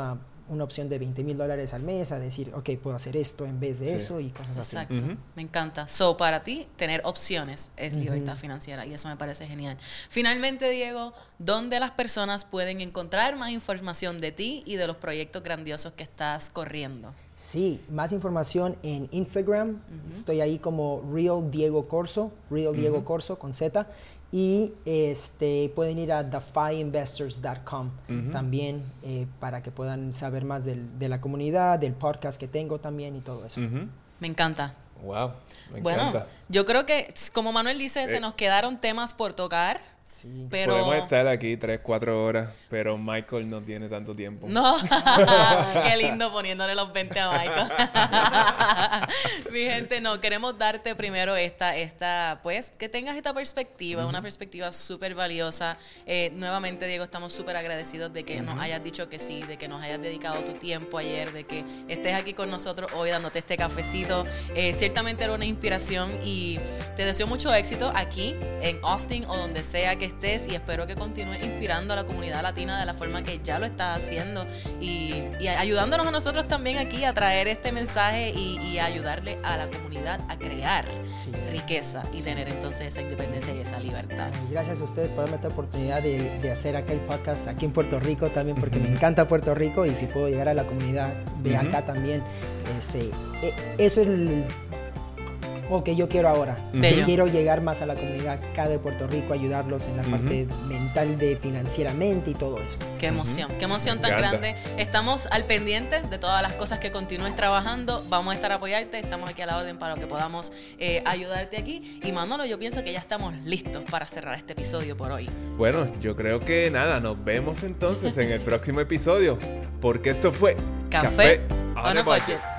una opción de veinte mil dólares al mes a decir, ok, puedo hacer esto en vez de Sí. eso y cosas así. Exacto, Ujú. me encanta. So, para ti, tener opciones es Ujú. libertad financiera y eso me parece genial. Finalmente, Diego, ¿dónde las personas pueden encontrar más información de ti y de los proyectos grandiosos que estás corriendo? Sí, más información en Instagram. Estoy ahí como Real Diego Corso, Real Diego Corso con Z. Y este, pueden ir a defy investors punto com Ujú. también eh, para que puedan saber más del- de la comunidad, del podcast que tengo también y todo eso. Ujú. Me encanta. Wow, me Bueno, encanta. yo creo que, como Manuel dice, se Eh. nos quedaron temas por tocar, Sí. pero... Podemos estar aquí tres, cuatro horas, pero Michael no tiene tanto tiempo. No, qué lindo poniéndole los veinte a Michael. Mi gente, no, queremos darte primero esta, esta, pues, que tengas esta perspectiva, una perspectiva súper valiosa. Eh, nuevamente, Diego, estamos súper agradecidos de que nos hayas dicho que sí, de que nos hayas dedicado tu tiempo ayer, de que estés aquí con nosotros hoy dándote este cafecito. Eh, ciertamente era una inspiración y te deseo mucho éxito aquí en Austin o donde sea que estés y espero que continúes inspirando a la comunidad latina de la forma que ya lo estás haciendo y, y ayudándonos a nosotros también aquí a traer este mensaje y, y a ayudarle a la comunidad a crear Sí. riqueza y tener entonces esa independencia y esa libertad. Y gracias a ustedes por darme esta oportunidad de, de hacer acá el podcast aquí en Puerto Rico también, porque me encanta Puerto Rico y si puedo llegar a la comunidad de Ujú. acá también, este, e- eso es el- lo que yo quiero ahora. Bello. Quiero llegar más a la comunidad acá de Puerto Rico, ayudarlos en la Ujú. parte mental, de financieramente y todo eso. Qué emoción, qué emoción Me tan encanta. grande. Estamos al pendiente de todas las cosas que continúes trabajando. Vamos a estar a apoyarte. Estamos aquí a la orden para lo que podamos eh, ayudarte aquí. Y Manolo, yo pienso que ya estamos listos para cerrar este episodio por hoy. Bueno, yo creo que nada, nos vemos entonces en el próximo episodio, porque esto fue Café on on a a Budget. Budget.